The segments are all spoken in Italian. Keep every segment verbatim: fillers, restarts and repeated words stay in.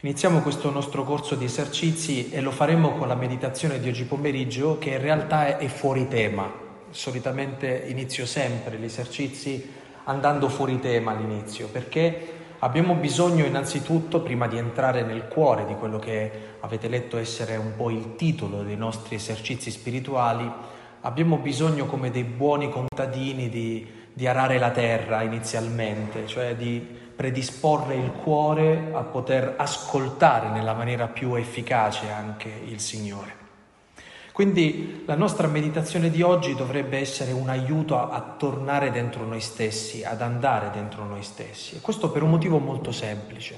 Iniziamo questo nostro corso di esercizi e lo faremo con la meditazione di oggi pomeriggio, che in realtà è fuori tema. Solitamente inizio sempre gli esercizi andando fuori tema all'inizio, perché abbiamo bisogno innanzitutto, prima di entrare nel cuore di quello che avete letto essere un po' il titolo dei nostri esercizi spirituali, abbiamo bisogno come dei buoni contadini di, di arare la terra inizialmente, cioè di predisporre il cuore a poter ascoltare nella maniera più efficace anche il Signore. Quindi la nostra meditazione di oggi dovrebbe essere un aiuto a, a tornare dentro noi stessi, ad andare dentro noi stessi. E questo per un motivo molto semplice.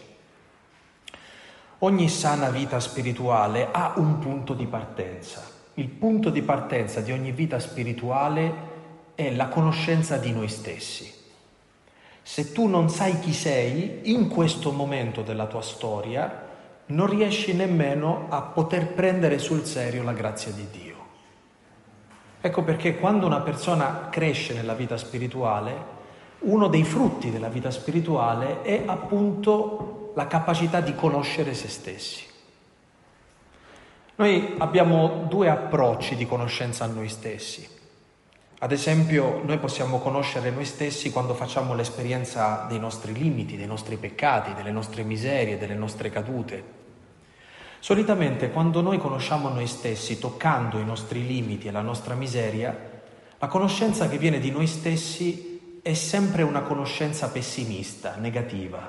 Ogni sana vita spirituale ha un punto di partenza. Il punto di partenza di ogni vita spirituale è la conoscenza di noi stessi. Se tu non sai chi sei, in questo momento della tua storia, non riesci nemmeno a poter prendere sul serio la grazia di Dio. Ecco perché quando una persona cresce nella vita spirituale, uno dei frutti della vita spirituale è appunto la capacità di conoscere se stessi. Noi abbiamo due approcci di conoscenza a noi stessi. Ad esempio, noi possiamo conoscere noi stessi quando facciamo l'esperienza dei nostri limiti, dei nostri peccati, delle nostre miserie, delle nostre cadute. Solitamente, quando noi conosciamo noi stessi, toccando i nostri limiti e la nostra miseria, la conoscenza che viene di noi stessi è sempre una conoscenza pessimista, negativa.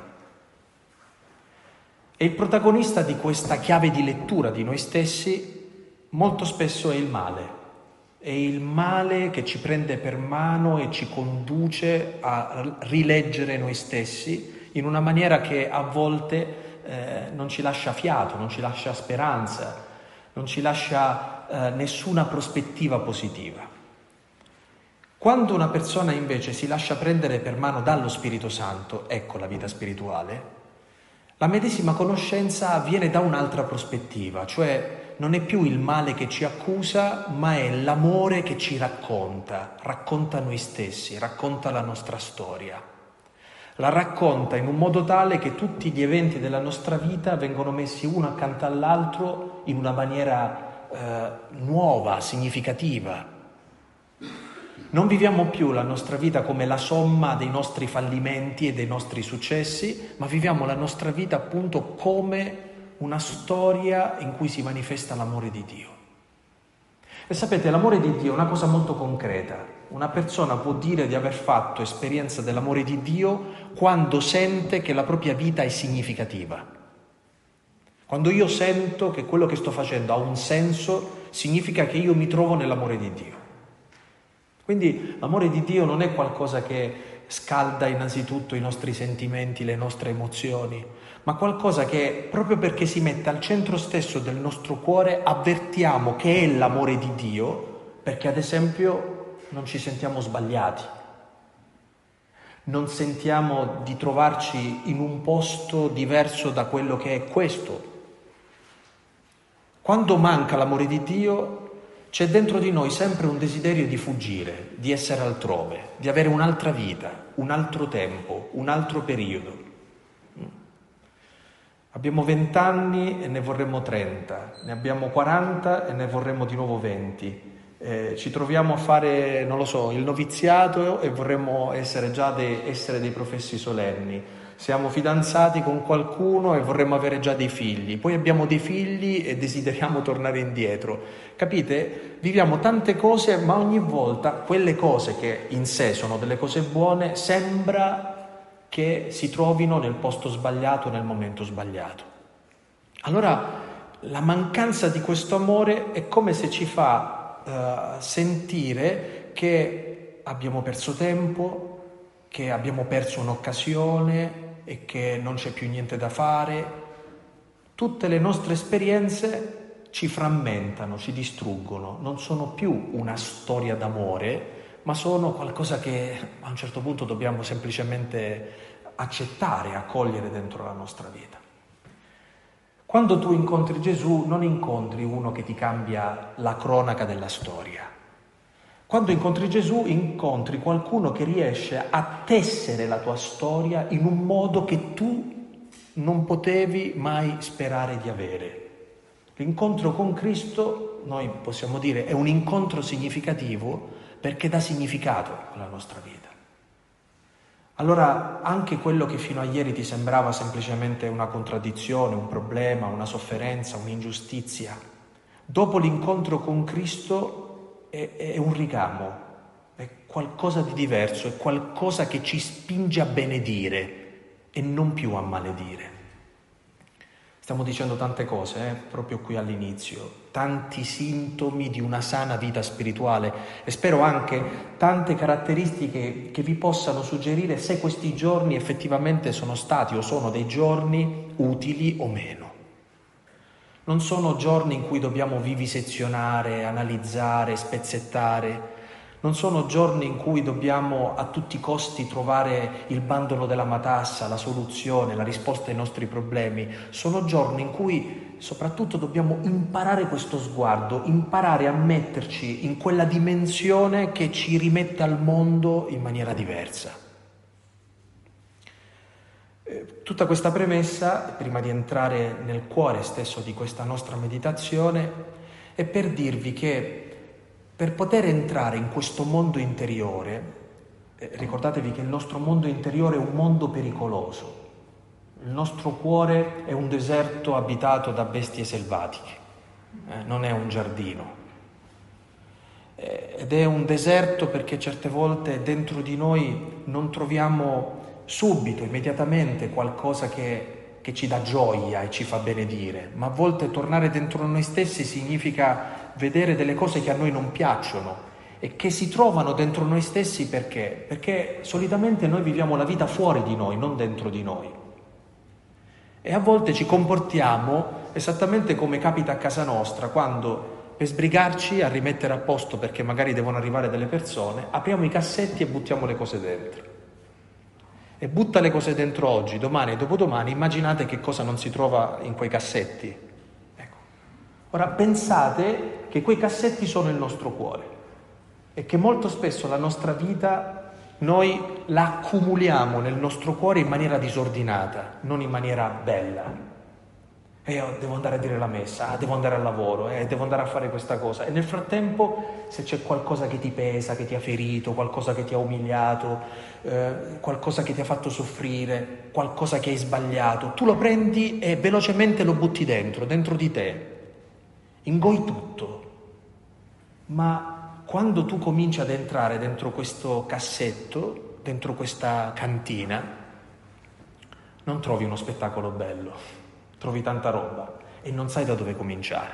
E il protagonista di questa chiave di lettura di noi stessi molto spesso è il male. È il male che ci prende per mano e ci conduce a rileggere noi stessi in una maniera che a volte eh, non ci lascia fiato, non ci lascia speranza, non ci lascia eh, nessuna prospettiva positiva. Quando una persona invece si lascia prendere per mano dallo Spirito Santo, ecco la vita spirituale, la medesima conoscenza viene da un'altra prospettiva, cioè non è più il male che ci accusa, ma è l'amore che ci racconta, racconta noi stessi, racconta la nostra storia. La racconta in un modo tale che tutti gli eventi della nostra vita vengono messi uno accanto all'altro in una maniera eh, nuova, significativa. Non viviamo più la nostra vita come la somma dei nostri fallimenti e dei nostri successi, ma viviamo la nostra vita appunto come una storia in cui si manifesta l'amore di Dio. E sapete, l'amore di Dio è una cosa molto concreta. Una persona può dire di aver fatto esperienza dell'amore di Dio quando sente che la propria vita è significativa. Quando io sento che quello che sto facendo ha un senso, significa che io mi trovo nell'amore di Dio. Quindi l'amore di Dio non è qualcosa che scalda innanzitutto i nostri sentimenti, le nostre emozioni, ma qualcosa che, proprio perché si mette al centro stesso del nostro cuore, avvertiamo che è l'amore di Dio, perché ad esempio non ci sentiamo sbagliati, non sentiamo di trovarci in un posto diverso da quello che è questo. Quando manca l'amore di Dio, c'è dentro di noi sempre un desiderio di fuggire, di essere altrove, di avere un'altra vita, un altro tempo, un altro periodo. Abbiamo vent'anni e ne vorremmo trenta, ne abbiamo quaranta e ne vorremmo di nuovo venti. Eh, ci troviamo a fare, non lo so, il noviziato e vorremmo essere già dei, essere dei professi solenni. Siamo fidanzati con qualcuno e vorremmo avere già dei figli. Poi abbiamo dei figli e desideriamo tornare indietro. Capite? Viviamo tante cose, ma ogni volta quelle cose che in sé sono delle cose buone sembra che si trovino nel posto sbagliato, nel momento sbagliato. Allora, la mancanza di questo amore è come se ci fa uh, sentire che abbiamo perso tempo, che abbiamo perso un'occasione e che non c'è più niente da fare. Tutte le nostre esperienze ci frammentano, ci distruggono, non sono più una storia d'amore, ma sono qualcosa che a un certo punto dobbiamo semplicemente accettare, accogliere dentro la nostra vita. Quando tu incontri Gesù, non incontri uno che ti cambia la cronaca della storia. Quando incontri Gesù, incontri qualcuno che riesce a tessere la tua storia in un modo che tu non potevi mai sperare di avere. L'incontro con Cristo, noi possiamo dire, è un incontro significativo perché dà significato alla nostra vita. Allora anche quello che fino a ieri ti sembrava semplicemente una contraddizione, un problema, una sofferenza, un'ingiustizia, dopo l'incontro con Cristo è, è un ricamo, è qualcosa di diverso, è qualcosa che ci spinge a benedire e non più a maledire. Stiamo dicendo tante cose, eh, proprio qui all'inizio, tanti sintomi di una sana vita spirituale e spero anche tante caratteristiche che vi possano suggerire se questi giorni effettivamente sono stati o sono dei giorni utili o meno. Non sono giorni in cui dobbiamo vivisezionare, analizzare, spezzettare. Non sono giorni in cui dobbiamo a tutti i costi trovare il bandolo della matassa, la soluzione, la risposta ai nostri problemi. Sono giorni in cui soprattutto dobbiamo imparare questo sguardo, imparare a metterci in quella dimensione che ci rimette al mondo in maniera diversa. Tutta questa premessa, prima di entrare nel cuore stesso di questa nostra meditazione, è per dirvi che per poter entrare in questo mondo interiore, eh, ricordatevi che il nostro mondo interiore è un mondo pericoloso. Il nostro cuore è un deserto abitato da bestie selvatiche, eh, non è un giardino. Eh, ed è un deserto perché certe volte dentro di noi non troviamo subito, immediatamente, qualcosa che, che ci dà gioia e ci fa benedire, ma a volte tornare dentro noi stessi significa vedere delle cose che a noi non piacciono e che si trovano dentro noi stessi perché? Perché solitamente noi viviamo la vita fuori di noi, non dentro di noi. E a volte ci comportiamo esattamente come capita a casa nostra, quando per sbrigarci a rimettere a posto perché magari devono arrivare delle persone, apriamo i cassetti e buttiamo le cose dentro. E butta le cose dentro oggi, domani e dopodomani, immaginate che cosa non si trova in quei cassetti. Ecco. Ora pensate che quei cassetti sono il nostro cuore e che molto spesso la nostra vita noi la accumuliamo nel nostro cuore in maniera disordinata, non in maniera bella. E io devo andare a dire la messa, ah, devo andare al lavoro, eh, devo andare a fare questa cosa. E nel frattempo, se c'è qualcosa che ti pesa, che ti ha ferito, qualcosa che ti ha umiliato, eh, qualcosa che ti ha fatto soffrire, qualcosa che hai sbagliato, tu lo prendi e velocemente lo butti dentro, dentro di te. Ingoi tutto. Ma quando tu cominci ad entrare dentro questo cassetto, dentro questa cantina, non trovi uno spettacolo bello, trovi tanta roba e non sai da dove cominciare.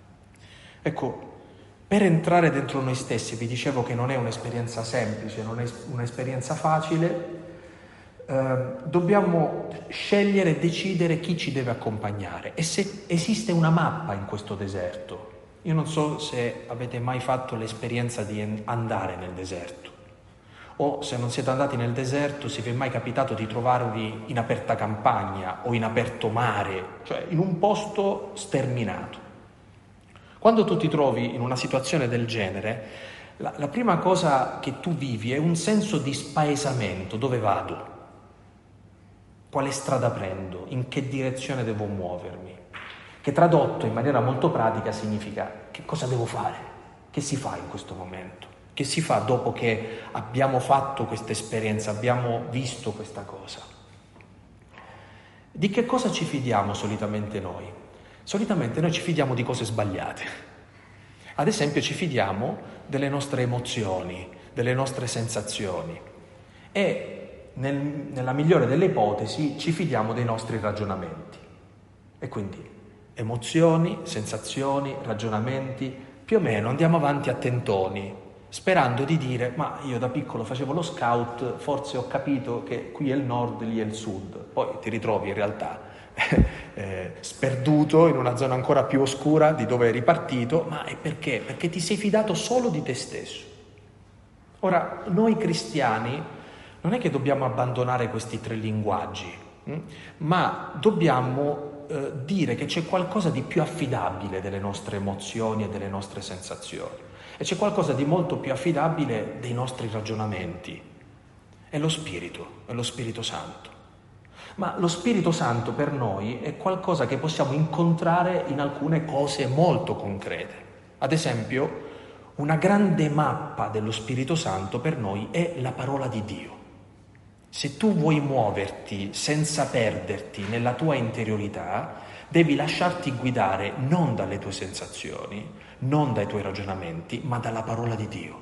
Ecco, per entrare dentro noi stessi, vi dicevo che non è un'esperienza semplice, non è un'esperienza facile, eh, dobbiamo scegliere e decidere chi ci deve accompagnare e se esiste una mappa in questo deserto. Io non so se avete mai fatto l'esperienza di andare nel deserto o se non siete andati nel deserto, se vi è mai capitato di trovarvi in aperta campagna o in aperto mare, cioè in un posto sterminato. Quando tu ti trovi in una situazione del genere, la, la prima cosa che tu vivi è un senso di spaesamento. Dove vado? Quale strada prendo? In che direzione devo muovermi? Che tradotto in maniera molto pratica significa che cosa devo fare? Che si fa in questo momento? Che si fa dopo che abbiamo fatto questa esperienza, abbiamo visto questa cosa? Di che cosa ci fidiamo solitamente noi? Solitamente noi ci fidiamo di cose sbagliate. Ad esempio ci fidiamo delle nostre emozioni, delle nostre sensazioni e nel, nella migliore delle ipotesi ci fidiamo dei nostri ragionamenti. E quindi emozioni, sensazioni, ragionamenti, più o meno andiamo avanti a tentoni, sperando di dire, ma io da piccolo facevo lo scout, forse ho capito che qui è il nord, lì è il sud. Poi ti ritrovi in realtà eh, sperduto in una zona ancora più oscura di dove eri partito, ma è perché? Perché ti sei fidato solo di te stesso. Ora, noi cristiani non è che dobbiamo abbandonare questi tre linguaggi, hm? ma dobbiamo eh, dire che c'è qualcosa di più affidabile delle nostre emozioni e delle nostre sensazioni. E c'è qualcosa di molto più affidabile dei nostri ragionamenti. È lo Spirito, è lo Spirito Santo. Ma lo Spirito Santo per noi è qualcosa che possiamo incontrare in alcune cose molto concrete. Ad esempio, una grande mappa dello Spirito Santo per noi è la parola di Dio. Se tu vuoi muoverti senza perderti nella tua interiorità, devi lasciarti guidare non dalle tue sensazioni, non dai tuoi ragionamenti, ma dalla parola di Dio.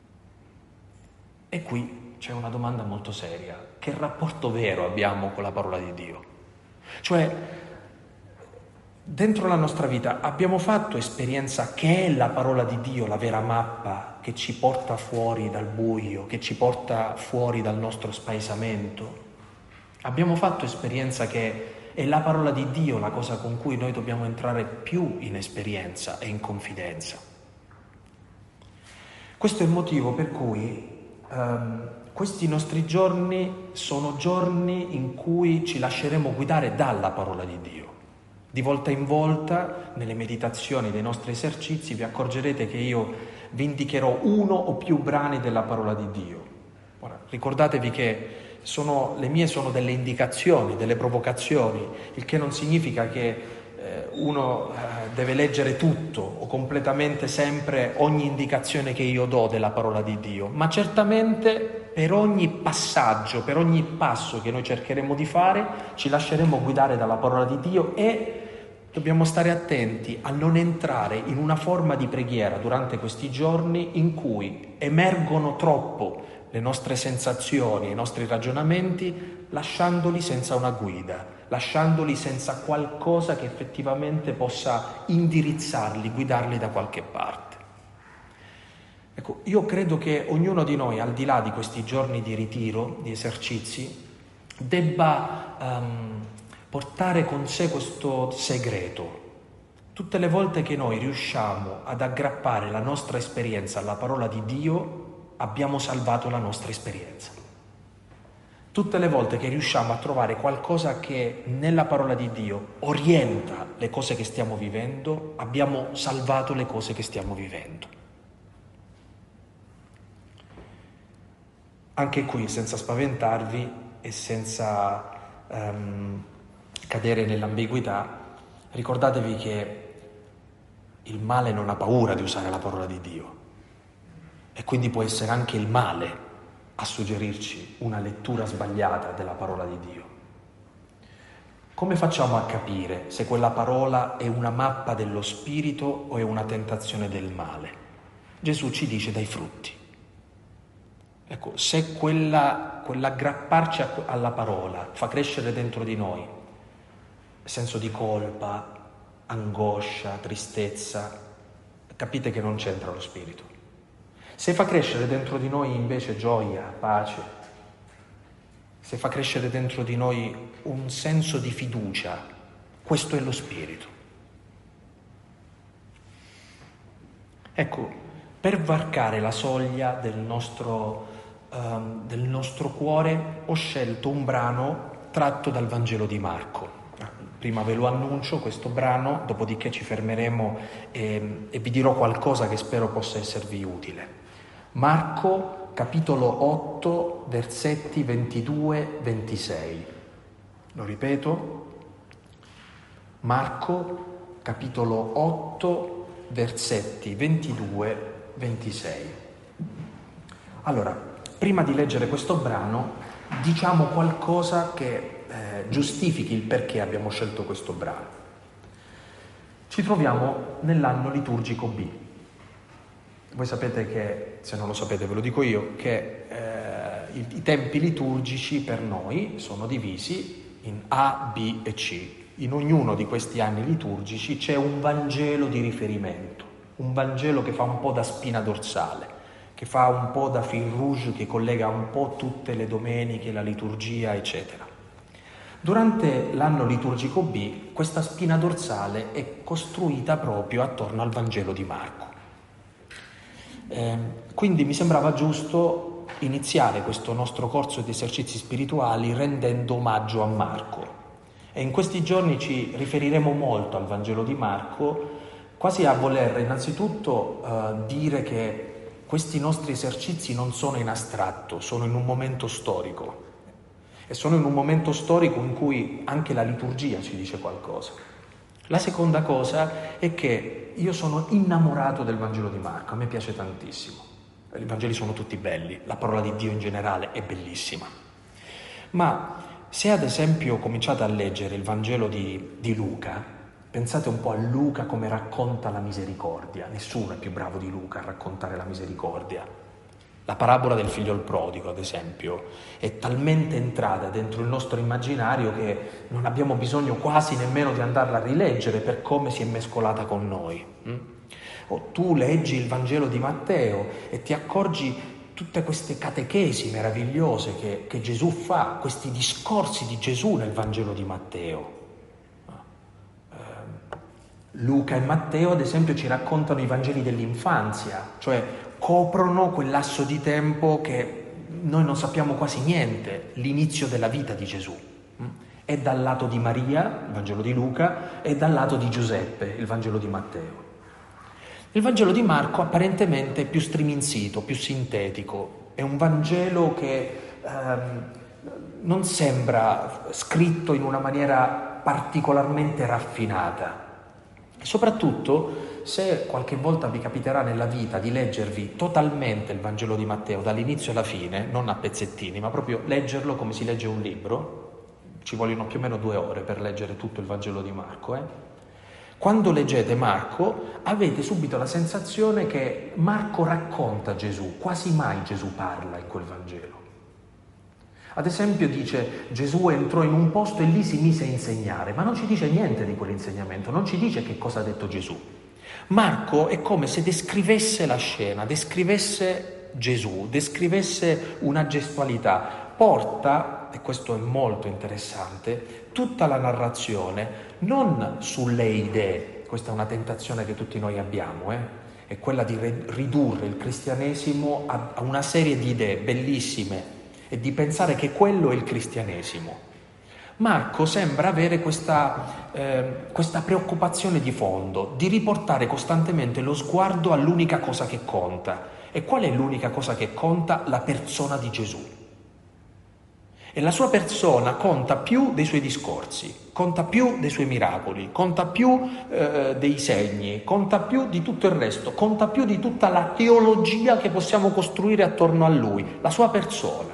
E qui c'è una domanda molto seria. Che rapporto vero abbiamo con la parola di Dio? Cioè, dentro la nostra vita abbiamo fatto esperienza che è la parola di Dio, la vera mappa che ci porta fuori dal buio, che ci porta fuori dal nostro spaesamento? Abbiamo fatto esperienza che è la parola di Dio la cosa con cui noi dobbiamo entrare più in esperienza e in confidenza? Questo è il motivo per cui um, questi nostri giorni sono giorni in cui ci lasceremo guidare dalla parola di Dio. Di volta in volta, nelle meditazioni dei nostri esercizi, vi accorgerete che io vi indicherò uno o più brani della parola di Dio. Ora, ricordatevi che sono, le mie sono delle indicazioni, delle provocazioni, il che non significa che eh, uno eh, deve leggere tutto o completamente sempre ogni indicazione che io do della parola di Dio, ma certamente per ogni passaggio, per ogni passo che noi cercheremo di fare, ci lasceremo guidare dalla parola di Dio e dobbiamo stare attenti a non entrare in una forma di preghiera durante questi giorni in cui emergono troppo le nostre sensazioni, i nostri ragionamenti, lasciandoli senza una guida, lasciandoli senza qualcosa che effettivamente possa indirizzarli, guidarli da qualche parte. Ecco, io credo che ognuno di noi, al di là di questi giorni di ritiro, di esercizi, debba um, portare con sé questo segreto. Tutte le volte che noi riusciamo ad aggrappare la nostra esperienza alla parola di Dio, abbiamo salvato la nostra esperienza. Tutte le volte che riusciamo a trovare qualcosa che nella parola di Dio orienta le cose che stiamo vivendo, abbiamo salvato le cose che stiamo vivendo. Anche qui, senza spaventarvi e senza um, cadere nell'ambiguità, ricordatevi che il male non ha paura di usare la parola di Dio e quindi può essere anche il male a suggerirci una lettura sbagliata della parola di Dio. Come facciamo a capire se quella parola è una mappa dello spirito o è una tentazione del male? Gesù ci dice dai frutti. Ecco, se quella, quell'aggrapparci alla parola fa crescere dentro di noi senso di colpa, angoscia, tristezza, capite che non c'entra lo spirito. Se fa crescere dentro di noi invece gioia, pace, se fa crescere dentro di noi un senso di fiducia, questo è lo spirito. Ecco, per varcare la soglia del nostro, um, del nostro cuore ho scelto un brano tratto dal Vangelo di Marco. Prima ve lo annuncio questo brano, dopodiché ci fermeremo e, e vi dirò qualcosa che spero possa esservi utile. Marco, capitolo otto, versetti ventidue ventisei. Lo ripeto. Marco, capitolo otto, versetti ventidue ventisei. Allora, prima di leggere questo brano, diciamo qualcosa che eh, giustifichi il perché abbiamo scelto questo brano. Ci troviamo nell'anno liturgico B. Voi sapete che, se non lo sapete ve lo dico io, che eh, i, i tempi liturgici per noi sono divisi in A, B e C. In ognuno di questi anni liturgici c'è un Vangelo di riferimento, un Vangelo che fa un po' da spina dorsale, che fa un po' da fil rouge, che collega un po' tutte le domeniche, la liturgia, eccetera. Durante l'anno liturgico B, questa spina dorsale è costruita proprio attorno al Vangelo di Marco. Eh, quindi mi sembrava giusto iniziare questo nostro corso di esercizi spirituali rendendo omaggio a Marco. E in questi giorni ci riferiremo molto al Vangelo di Marco, quasi a voler innanzitutto eh, dire che questi nostri esercizi non sono in astratto, sono in un momento storico. e sono in un momento storico in cui anche la liturgia ci dice qualcosa. La seconda cosa è che io sono innamorato del Vangelo di Marco, a me piace tantissimo. I Vangeli sono tutti belli, la parola di Dio in generale è bellissima. Ma se ad esempio cominciate a leggere il Vangelo di, di Luca, pensate un po' a Luca come racconta la misericordia. Nessuno è più bravo di Luca a raccontare la misericordia. La parabola del figlio il prodigo, ad esempio, è talmente entrata dentro il nostro immaginario che non abbiamo bisogno quasi nemmeno di andarla a rileggere per come si è mescolata con noi. O tu leggi il Vangelo di Matteo e ti accorgi tutte queste catechesi meravigliose che, che Gesù fa, questi discorsi di Gesù nel Vangelo di Matteo. Eh, Luca e Matteo, ad esempio, ci raccontano i Vangeli dell'infanzia, cioè coprono quel lasso di tempo che noi non sappiamo quasi niente, l'inizio della vita di Gesù. È dal lato di Maria, il Vangelo di Luca, e dal lato di Giuseppe, il Vangelo di Matteo. Il Vangelo di Marco apparentemente è più striminzito, più sintetico, è un Vangelo che ehm, non sembra scritto in una maniera particolarmente raffinata. E soprattutto, se qualche volta vi capiterà nella vita di leggervi totalmente il Vangelo di Matteo dall'inizio alla fine, non a pezzettini, ma proprio leggerlo come si legge un libro, ci vogliono più o meno due ore per leggere tutto il Vangelo di Marco, eh? Quando leggete Marco avete subito la sensazione che Marco racconta Gesù, quasi mai Gesù parla in quel Vangelo. Ad esempio dice Gesù entrò in un posto e lì si mise a insegnare, ma non ci dice niente di quell'insegnamento, non ci dice che cosa ha detto Gesù. Marco è come se descrivesse la scena, descrivesse Gesù, descrivesse una gestualità, porta, e questo è molto interessante, tutta la narrazione non sulle idee, questa è una tentazione che tutti noi abbiamo, eh? È quella di ridurre il cristianesimo a, a una serie di idee bellissime e di pensare che quello è il cristianesimo. Marco sembra avere questa, eh, questa preoccupazione di fondo, di riportare costantemente lo sguardo all'unica cosa che conta. E qual è l'unica cosa che conta? La persona di Gesù. E la sua persona conta più dei suoi discorsi, conta più dei suoi miracoli, conta più eh, dei segni, conta più di tutto il resto, conta più di tutta la teologia che possiamo costruire attorno a lui, la sua persona.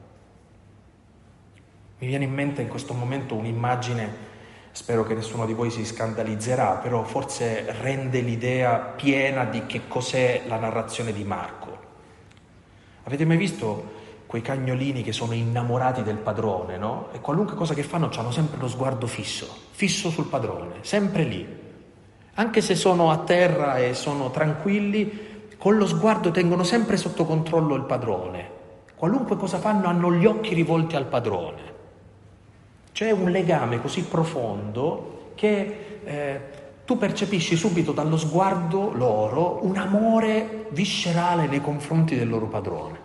Mi viene in mente in questo momento un'immagine, spero che nessuno di voi si scandalizzerà, però forse rende l'idea piena di che cos'è la narrazione di Marco. Avete mai visto quei cagnolini che sono innamorati del padrone, no? E qualunque cosa che fanno hanno sempre lo sguardo fisso, fisso sul padrone, sempre lì. Anche se sono a terra e sono tranquilli, con lo sguardo tengono sempre sotto controllo il padrone. Qualunque cosa fanno hanno gli occhi rivolti al padrone. C'è un legame così profondo che eh, tu percepisci subito dallo sguardo loro un amore viscerale nei confronti del loro padrone.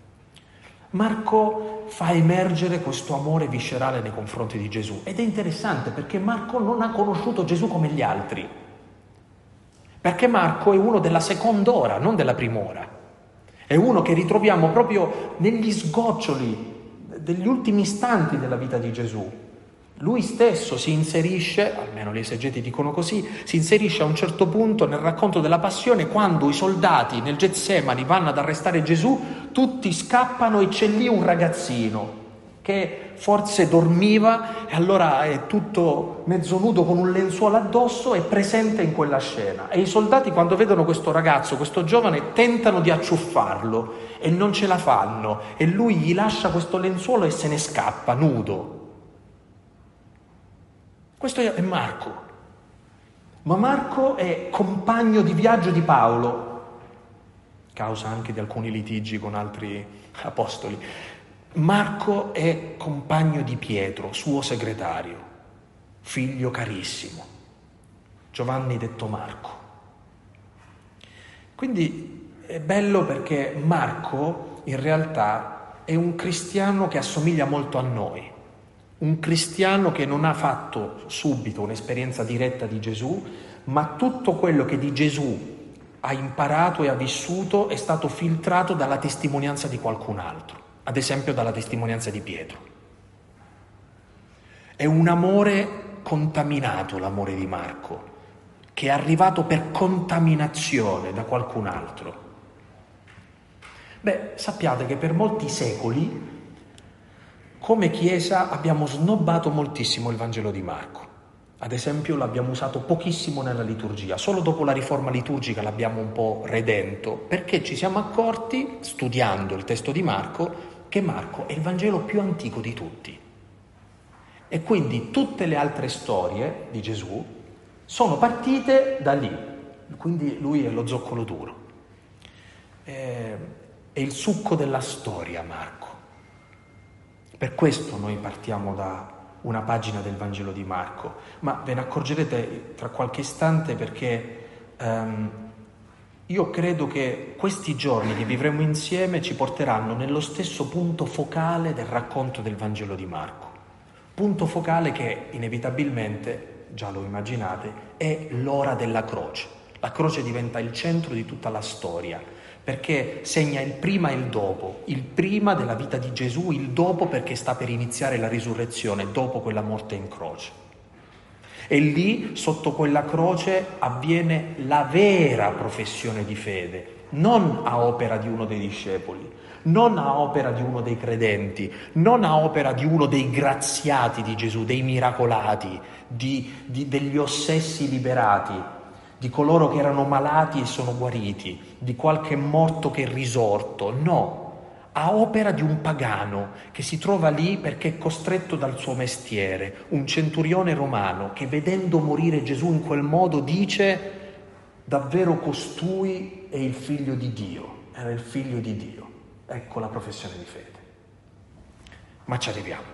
Marco fa emergere questo amore viscerale nei confronti di Gesù ed è interessante perché Marco non ha conosciuto Gesù come gli altri, perché Marco è uno della seconda ora, non della prima ora, è uno che ritroviamo proprio negli sgoccioli degli ultimi istanti della vita di Gesù. Lui stesso si inserisce, almeno gli esegeti dicono così, si inserisce a un certo punto nel racconto della passione quando i soldati nel Getsemani vanno ad arrestare Gesù, tutti scappano e c'è lì un ragazzino che forse dormiva e allora è tutto mezzo nudo con un lenzuolo addosso e presente in quella scena. E i soldati quando vedono questo ragazzo, questo giovane, tentano di acciuffarlo e non ce la fanno e lui gli lascia questo lenzuolo e se ne scappa nudo. Questo è Marco, ma Marco è compagno di viaggio di Paolo, causa anche di alcuni litigi con altri apostoli. Marco è compagno di Pietro, suo segretario, figlio carissimo, Giovanni detto Marco. Quindi è bello perché Marco in realtà è un cristiano che assomiglia molto a noi. Un cristiano che non ha fatto subito un'esperienza diretta di Gesù, ma tutto quello che di Gesù ha imparato e ha vissuto è stato filtrato dalla testimonianza di qualcun altro, ad esempio dalla testimonianza di Pietro. È un amore contaminato, l'amore di Marco, che è arrivato per contaminazione da qualcun altro. Beh, sappiate che per molti secoli, come Chiesa, abbiamo snobbato moltissimo il Vangelo di Marco. Ad esempio, l'abbiamo usato pochissimo nella liturgia. Solo dopo la riforma liturgica l'abbiamo un po' redento, perché ci siamo accorti, studiando il testo di Marco, che Marco è il Vangelo più antico di tutti. E quindi tutte le altre storie di Gesù sono partite da lì. Quindi lui è lo zoccolo duro. È, è il succo della storia, Marco. Per questo noi partiamo da una pagina del Vangelo di Marco, ma ve ne accorgerete tra qualche istante, perché um, io credo che questi giorni che vivremo insieme ci porteranno nello stesso punto focale del racconto del Vangelo di Marco. Punto focale che inevitabilmente, già lo immaginate, è l'ora della croce. La croce diventa il centro di tutta la storia, perché segna il prima e il dopo, il prima della vita di Gesù, il dopo perché sta per iniziare la risurrezione, dopo quella morte in croce. E lì, sotto quella croce, avviene la vera professione di fede, non a opera di uno dei discepoli, non a opera di uno dei credenti, non a opera di uno dei graziati di Gesù, dei miracolati, di, di, degli ossessi liberati, di coloro che erano malati e sono guariti, di qualche morto che è risorto. No, a opera di un pagano che si trova lì perché è costretto dal suo mestiere, un centurione romano che vedendo morire Gesù in quel modo dice: davvero costui è il figlio di Dio, era il figlio di Dio. Ecco la professione di fede. Ma ci arriviamo.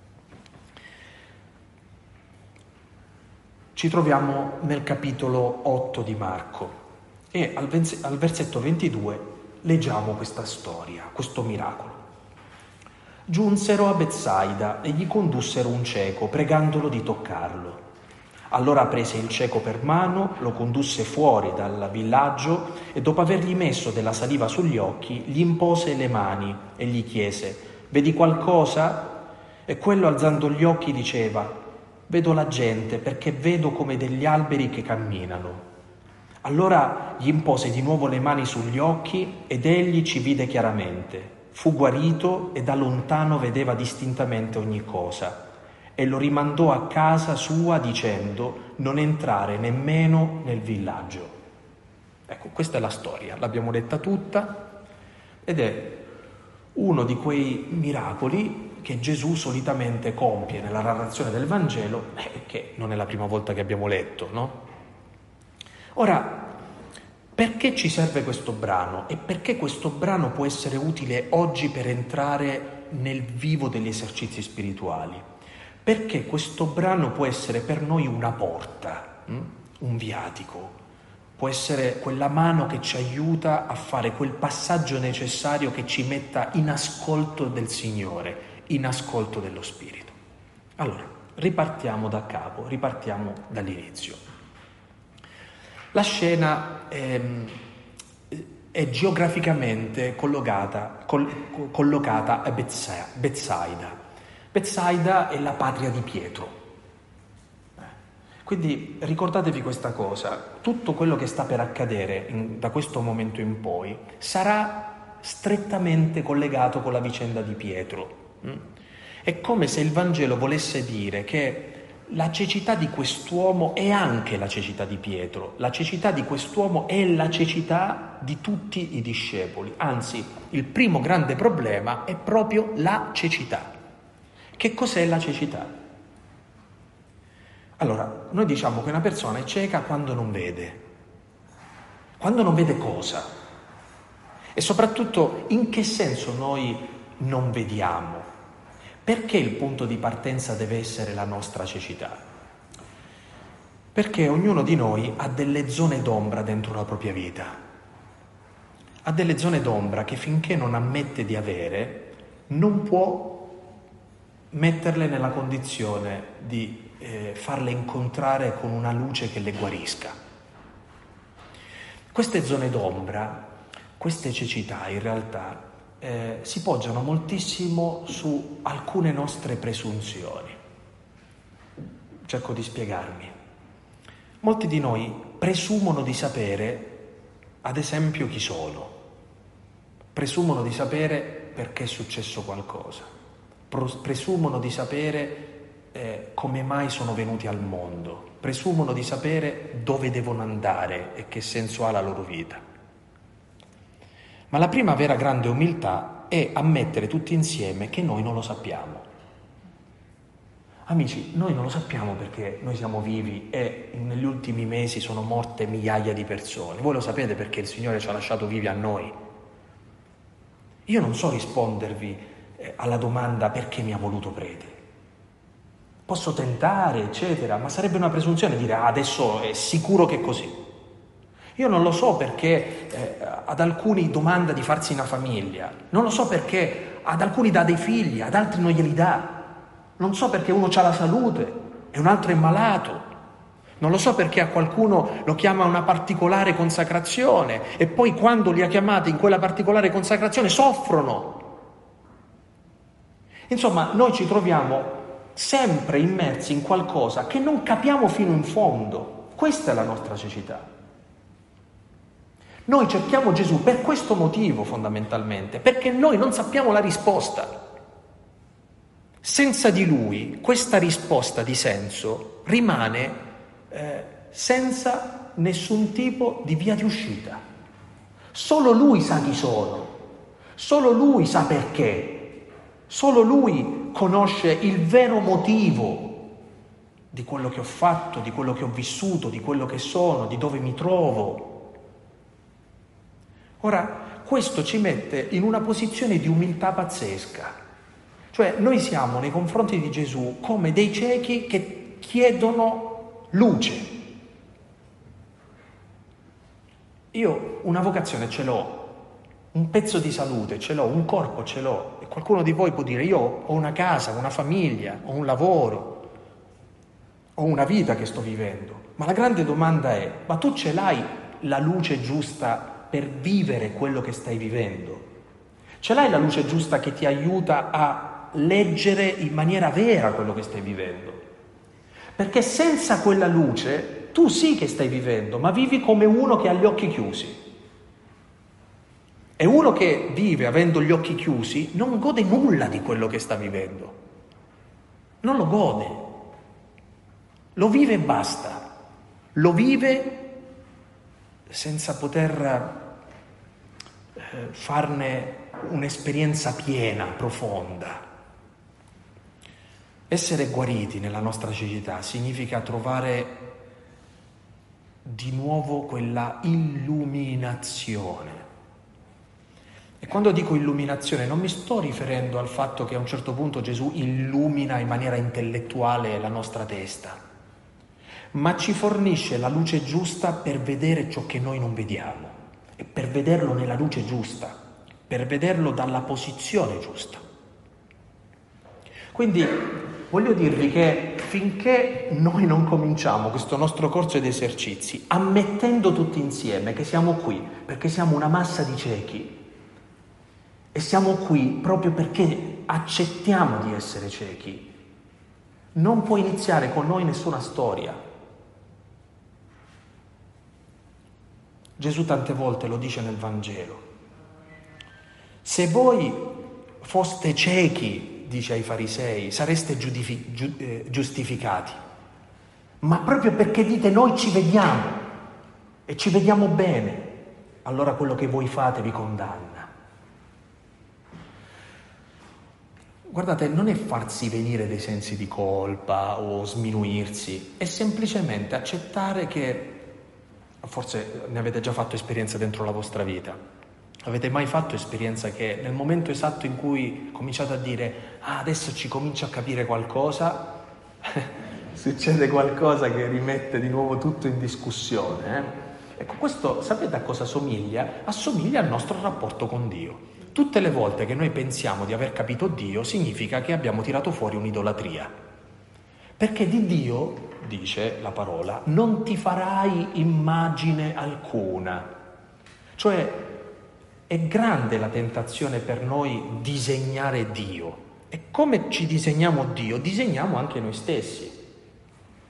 Ci troviamo nel capitolo otto di Marco e al, vense- al versetto ventidue leggiamo questa storia, questo miracolo. Giunsero a Betsaida e gli condussero un cieco, pregandolo di toccarlo. Allora prese il cieco per mano, lo condusse fuori dal villaggio e dopo avergli messo della saliva sugli occhi, gli impose le mani e gli chiese: vedi qualcosa? E quello, alzando gli occhi, diceva: vedo la gente, perché vedo come degli alberi che camminano. Allora gli impose di nuovo le mani sugli occhi ed egli ci vide chiaramente. Fu guarito e da lontano vedeva distintamente ogni cosa. E lo rimandò a casa sua dicendo: non entrare nemmeno nel villaggio. Ecco, questa è la storia, l'abbiamo letta tutta ed è uno di quei miracoli che Gesù solitamente compie nella narrazione del Vangelo, eh, che non è la prima volta che abbiamo letto, no? Ora, perché ci serve questo brano e perché questo brano può essere utile oggi per entrare nel vivo degli esercizi spirituali? Perché questo brano può essere per noi una porta, hm? un viatico, può essere quella mano che ci aiuta a fare quel passaggio necessario che ci metta in ascolto del Signore, in ascolto dello Spirito. Allora, ripartiamo da capo, ripartiamo dall'inizio. La scena è, è geograficamente collocata, coll- collocata a Betsaida. Betsaida è la patria di Pietro. Quindi ricordatevi questa cosa: tutto quello che sta per accadere in, da questo momento in poi sarà strettamente collegato con la vicenda di Pietro. È come se il Vangelo volesse dire che la cecità di quest'uomo è anche la cecità di Pietro, la cecità di quest'uomo è la cecità di tutti i discepoli, anzi il primo grande problema è proprio la cecità. Che cos'è la cecità? Allora, noi diciamo che una persona è cieca quando non vede. Quando non vede cosa? E soprattutto in che senso noi non vediamo? Perché il punto di partenza deve essere la nostra cecità? Perché ognuno di noi ha delle zone d'ombra dentro la propria vita. Ha delle zone d'ombra che finché non ammette di avere, non può metterle nella condizione di eh, farle incontrare con una luce che le guarisca. Queste zone d'ombra, queste cecità in realtà eh, si poggiano moltissimo su alcune nostre presunzioni. cerco di spiegarmi. Molti di noi presumono di sapere, ad esempio, chi sono. Presumono di sapere perché è successo qualcosa. Presumono di sapere eh, come mai sono venuti al mondo. Presumono di sapere dove devono andare e che senso ha la loro vita. Ma la prima vera grande umiltà è ammettere tutti insieme che noi non lo sappiamo. Amici, noi non lo sappiamo perché noi siamo vivi e negli ultimi mesi sono morte migliaia di persone. Voi lo sapete perché il Signore ci ha lasciato vivi a noi. Io non so rispondervi eh, alla domanda perché mi ha voluto prete. Posso tentare, eccetera, ma sarebbe una presunzione dire ah, adesso è sicuro che è così. Io non lo so perché eh, ad alcuni domanda di farsi una famiglia, non lo so perché ad alcuni dà dei figli, ad altri non glieli dà. Non so perché uno ha la salute e un altro è malato. Non lo so perché a qualcuno lo chiama una particolare consacrazione e poi quando li ha chiamati in quella particolare consacrazione soffrono. Insomma, noi ci troviamo sempre immersi in qualcosa che non capiamo fino in fondo. Questa è la nostra cecità. Noi cerchiamo Gesù per questo motivo fondamentalmente, perché noi non sappiamo la risposta. Senza di Lui questa risposta di senso rimane eh, senza nessun tipo di via di uscita. Solo Lui sa chi sono, solo Lui sa perché, solo Lui conosce il vero motivo di quello che ho fatto, di quello che ho vissuto, di quello che sono, di dove mi trovo. Ora, questo ci mette in una posizione di umiltà pazzesca. Cioè noi siamo nei confronti di Gesù come dei ciechi che chiedono luce. Io una vocazione ce l'ho, un pezzo di salute ce l'ho, un corpo ce l'ho e qualcuno di voi può dire io ho una casa, una famiglia, ho un lavoro, ho una vita che sto vivendo. Ma la grande domanda è, ma tu ce l'hai la luce giusta per vivere quello che stai vivendo? Ce l'hai la luce giusta che ti aiuta a leggere in maniera vera quello che stai vivendo? Perché senza quella luce tu sì che stai vivendo, ma vivi come uno che ha gli occhi chiusi. E uno che vive avendo gli occhi chiusi non gode nulla di quello che sta vivendo. Non lo gode. Lo vive e basta. Lo vive senza poter eh, farne un'esperienza piena, profonda. Essere guariti nella nostra cecità significa trovare di nuovo quella illuminazione. E quando dico illuminazione non mi sto riferendo al fatto che a un certo punto Gesù illumina in maniera intellettuale la nostra testa, ma ci fornisce la luce giusta per vedere ciò che noi non vediamo e per vederlo nella luce giusta, per vederlo dalla posizione giusta. Quindi voglio dirvi che finché noi non cominciamo questo nostro corso di esercizi ammettendo tutti insieme che siamo qui perché siamo una massa di ciechi e siamo qui proprio perché accettiamo di essere ciechi, non può iniziare con noi nessuna storia. Gesù tante volte lo dice nel Vangelo. Se voi foste ciechi, dice ai farisei, sareste giudifi- giu- eh, giustificati. Ma proprio perché dite noi ci vediamo e ci vediamo bene, allora quello che voi fate vi condanna. Guardate, non è farsi venire dei sensi di colpa o sminuirsi, è semplicemente accettare che, forse ne avete già fatto esperienza dentro la vostra vita, avete mai fatto esperienza che nel momento esatto in cui cominciate a dire ah, adesso ci comincio a capire qualcosa, succede qualcosa che rimette di nuovo tutto in discussione. Eh? Ecco, questo sapete a cosa somiglia? Assomiglia al nostro rapporto con Dio. Tutte le volte che noi pensiamo di aver capito Dio, significa che abbiamo tirato fuori un'idolatria. Perché di Dio, dice la parola, non ti farai immagine alcuna. Cioè, è grande la tentazione per noi disegnare Dio. E come ci disegniamo Dio, disegniamo anche noi stessi.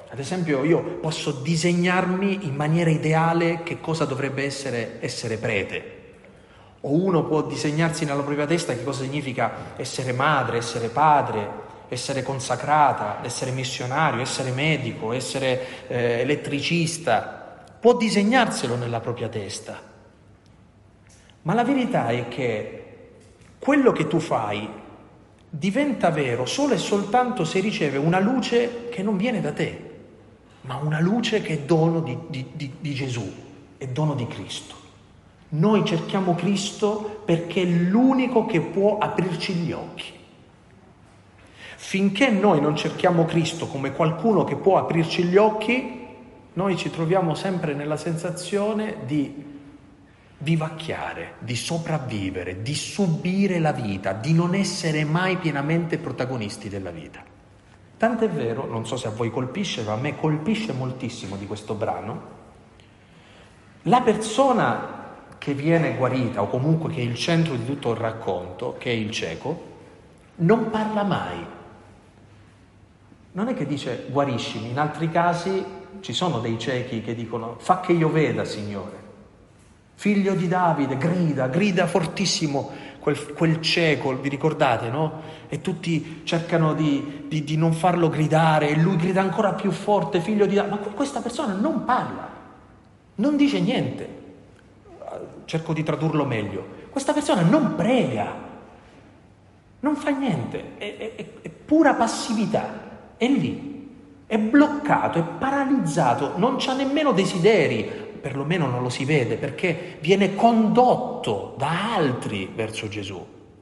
Ad esempio, io posso disegnarmi in maniera ideale che cosa dovrebbe essere essere prete. O uno può disegnarsi nella propria testa che cosa significa essere madre, essere padre, essere consacrata, essere missionario, essere medico, essere eh, elettricista. Può disegnarselo nella propria testa. Ma la verità è che quello che tu fai diventa vero solo e soltanto se riceve una luce che non viene da te, ma una luce che è dono di, di, di, di Gesù, è dono di Cristo. Noi cerchiamo Cristo perché è l'unico che può aprirci gli occhi. Finché noi non cerchiamo Cristo come qualcuno che può aprirci gli occhi, noi ci troviamo sempre nella sensazione di vivacchiare, di sopravvivere, di subire la vita, di non essere mai pienamente protagonisti della vita. Tant'è vero, non so se a voi colpisce, ma a me colpisce moltissimo di questo brano, la persona che viene guarita, o comunque che è il centro di tutto il racconto, che è il cieco, non parla mai. Non è che dice guariscimi, in altri casi ci sono dei ciechi che dicono fa che io veda, Signore. Figlio di Davide, grida, grida fortissimo quel, quel cieco, vi ricordate, no? E tutti cercano di, di, di non farlo gridare e lui grida ancora più forte, figlio di Davide. Ma questa persona non parla, non dice niente. Cerco di tradurlo meglio. Questa persona non prega, non fa niente, è, è, è pura passività, è lì, è bloccato, è paralizzato, non c'ha nemmeno desideri. Perlomeno non lo si vede perché viene condotto da altri verso Gesù.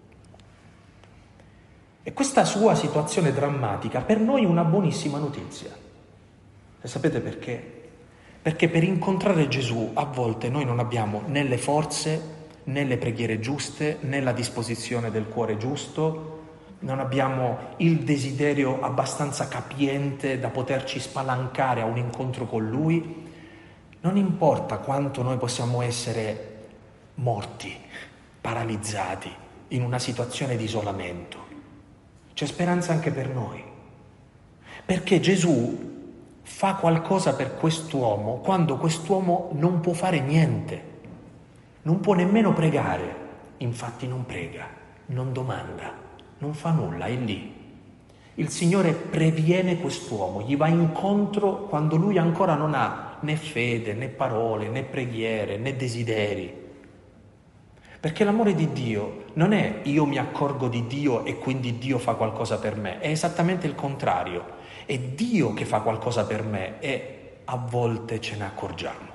E questa sua situazione drammatica per noi è una buonissima notizia. E sapete perché? Perché per incontrare Gesù a volte noi non abbiamo né le forze, né le preghiere giuste, né la disposizione del cuore giusto, non abbiamo il desiderio abbastanza capiente da poterci spalancare a un incontro con Lui. Non importa quanto noi possiamo essere morti, paralizzati, in una situazione di isolamento. C'è speranza anche per noi. Perché Gesù fa qualcosa per quest'uomo quando quest'uomo non può fare niente, non può nemmeno pregare. Infatti non prega, non domanda, non fa nulla, è lì. Il Signore previene quest'uomo, gli va incontro quando lui ancora non ha né fede, né parole, né preghiere, né desideri. Perché l'amore di Dio non è io mi accorgo di Dio e quindi Dio fa qualcosa per me, è esattamente il contrario. È Dio che fa qualcosa per me e a volte ce ne accorgiamo.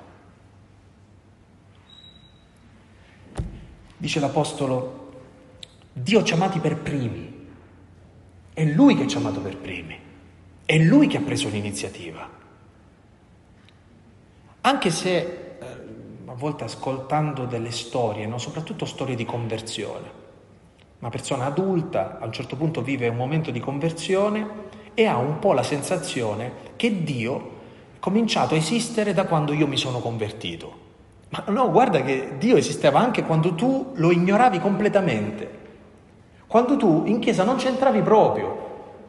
Dice l'Apostolo, Dio ci ha amati per primi, è Lui che ci ha amato per primi, è Lui che ha preso l'iniziativa. Anche se eh, a volte ascoltando delle storie, no? Soprattutto storie di conversione, una persona adulta a un certo punto vive un momento di conversione e ha un po' la sensazione che Dio è cominciato a esistere da quando io mi sono convertito. Ma no, guarda che Dio esisteva anche quando tu lo ignoravi completamente, quando tu in chiesa non c'entravi proprio.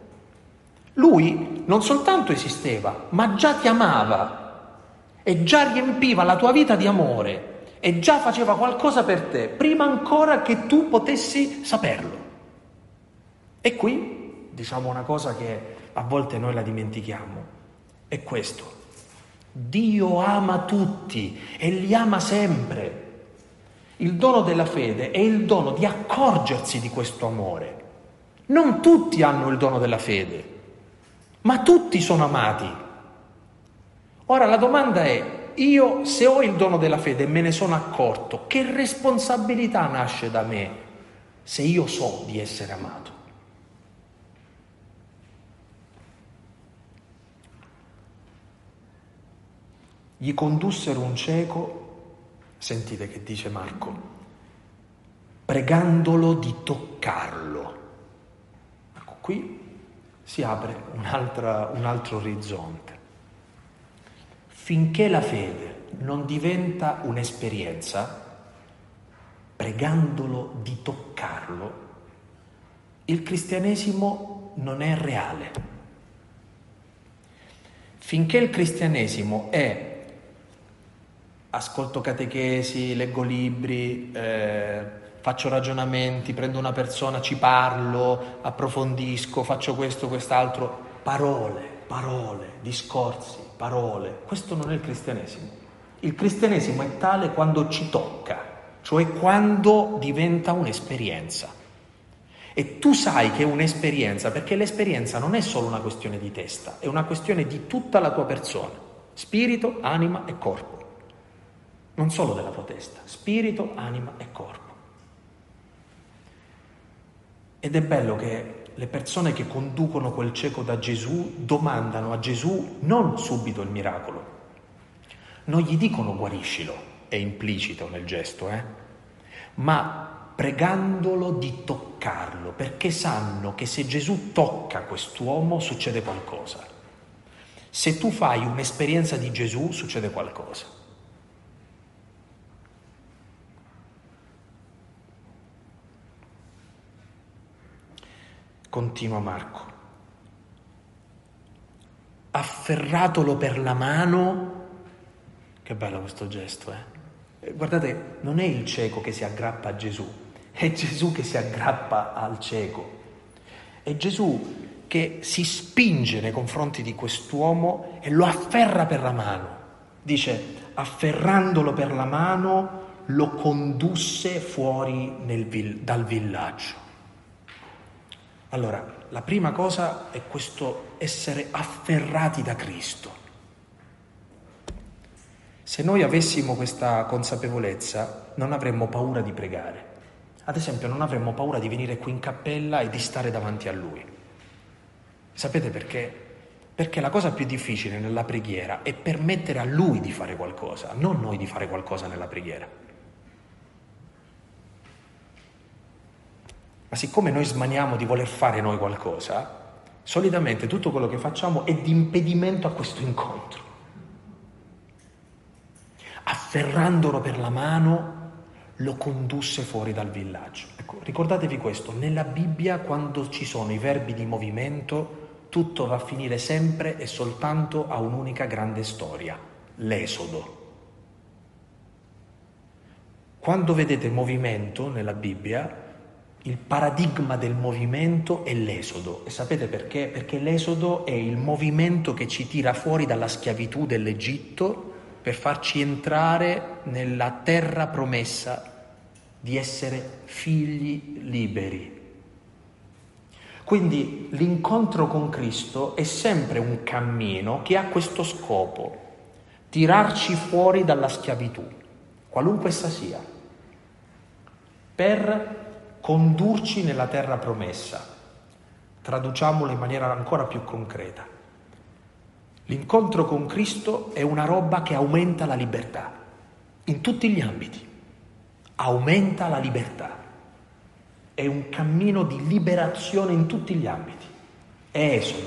Lui non soltanto esisteva, ma già ti amava. E già riempiva la tua vita di amore e già faceva qualcosa per te prima ancora che tu potessi saperlo. E qui diciamo una cosa che a volte noi la dimentichiamo, è questo: Dio ama tutti e li ama sempre. Il dono della fede è il dono di accorgersi di questo amore. Non tutti hanno il dono della fede, ma tutti sono amati. Ora la domanda è, io se ho il dono della fede e me ne sono accorto, che responsabilità nasce da me se io so di essere amato? Gli condussero un cieco, sentite che dice Marco, pregandolo di toccarlo. Ecco, qui si apre un'altra, un altro orizzonte. Finché la fede non diventa un'esperienza, pregandolo di toccarlo, il cristianesimo non è reale. Finché il cristianesimo è ascolto catechesi, leggo libri, eh, faccio ragionamenti, prendo una persona, ci parlo, approfondisco, faccio questo, quest'altro, parole, parole, discorsi, parole. Questo non è il cristianesimo. Il cristianesimo è tale quando ci tocca, cioè quando diventa un'esperienza. E tu sai che è un'esperienza, perché l'esperienza non è solo una questione di testa, è una questione di tutta la tua persona, spirito, anima e corpo. Non solo della tua testa, spirito, anima e corpo. Ed è bello che le persone che conducono quel cieco da Gesù domandano a Gesù non subito il miracolo. Non gli dicono guariscilo, è implicito nel gesto, eh? Ma pregandolo di toccarlo, perché sanno che se Gesù tocca quest'uomo succede qualcosa. Se tu fai un'esperienza di Gesù succede qualcosa. Continua Marco. Afferratolo per la mano, che bello questo gesto, eh? Guardate, non è il cieco che si aggrappa a Gesù, è Gesù che si aggrappa al cieco. È Gesù che si spinge nei confronti di quest'uomo e lo afferra per la mano. Dice, afferrandolo per la mano, lo condusse fuori nel vill- dal villaggio. Allora, la prima cosa è questo essere afferrati da Cristo. Se noi avessimo questa consapevolezza, non avremmo paura di pregare. Ad esempio, non avremmo paura di venire qui in cappella e di stare davanti a Lui. Sapete perché? Perché la cosa più difficile nella preghiera è permettere a Lui di fare qualcosa, non noi di fare qualcosa nella preghiera. Ma siccome noi smaniamo di voler fare noi qualcosa, solitamente tutto quello che facciamo è di impedimento a questo incontro. Afferrandolo per la mano, lo condusse fuori dal villaggio. Ecco, ricordatevi questo, nella Bibbia quando ci sono i verbi di movimento, tutto va a finire sempre e soltanto a un'unica grande storia, l'Esodo. Quando vedete movimento nella Bibbia, il paradigma del movimento è l'Esodo. E sapete perché? Perché l'Esodo è il movimento che ci tira fuori dalla schiavitù dell'Egitto per farci entrare nella terra promessa di essere figli liberi. Quindi l'incontro con Cristo è sempre un cammino che ha questo scopo, tirarci fuori dalla schiavitù, qualunque essa sia, per condurci nella terra promessa. Traduciamolo in maniera ancora più concreta. L'incontro con Cristo è una roba che aumenta la libertà, in tutti gli ambiti. Aumenta la libertà. È un cammino di liberazione in tutti gli ambiti. È Esodo.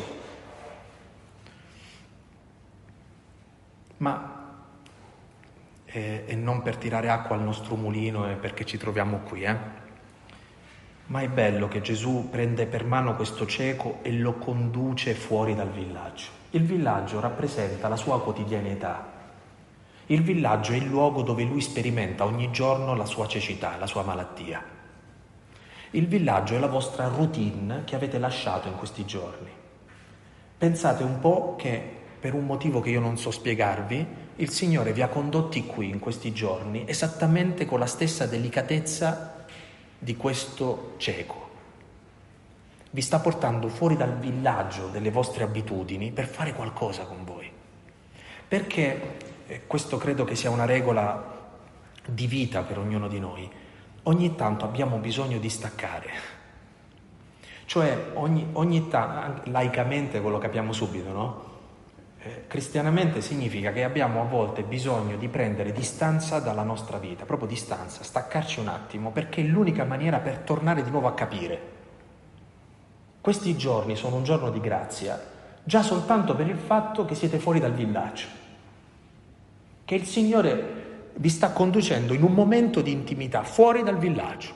Ma, eh, e non per tirare acqua al nostro mulino e perché ci troviamo qui, eh? Ma è bello che Gesù prende per mano questo cieco e lo conduce fuori dal villaggio. Il villaggio rappresenta la sua quotidianità. Il villaggio è il luogo dove lui sperimenta ogni giorno la sua cecità, la sua malattia. Il villaggio è la vostra routine che avete lasciato in questi giorni. Pensate un po' che, per un motivo che io non so spiegarvi, il Signore vi ha condotti qui in questi giorni esattamente con la stessa delicatezza di questo cieco. Vi sta portando fuori dal villaggio delle vostre abitudini per fare qualcosa con voi. Perché, eh, questo credo che sia una regola di vita per ognuno di noi, ogni tanto abbiamo bisogno di staccare. Cioè, ogni, ogni tanto, laicamente quello capiamo subito, no? Eh, cristianamente significa che abbiamo a volte bisogno di prendere distanza dalla nostra vita, proprio distanza, staccarci un attimo, perché è l'unica maniera per tornare di nuovo a capire. Questi giorni sono un giorno di grazia, già soltanto per il fatto che siete fuori dal villaggio, che il Signore vi sta conducendo in un momento di intimità fuori dal villaggio.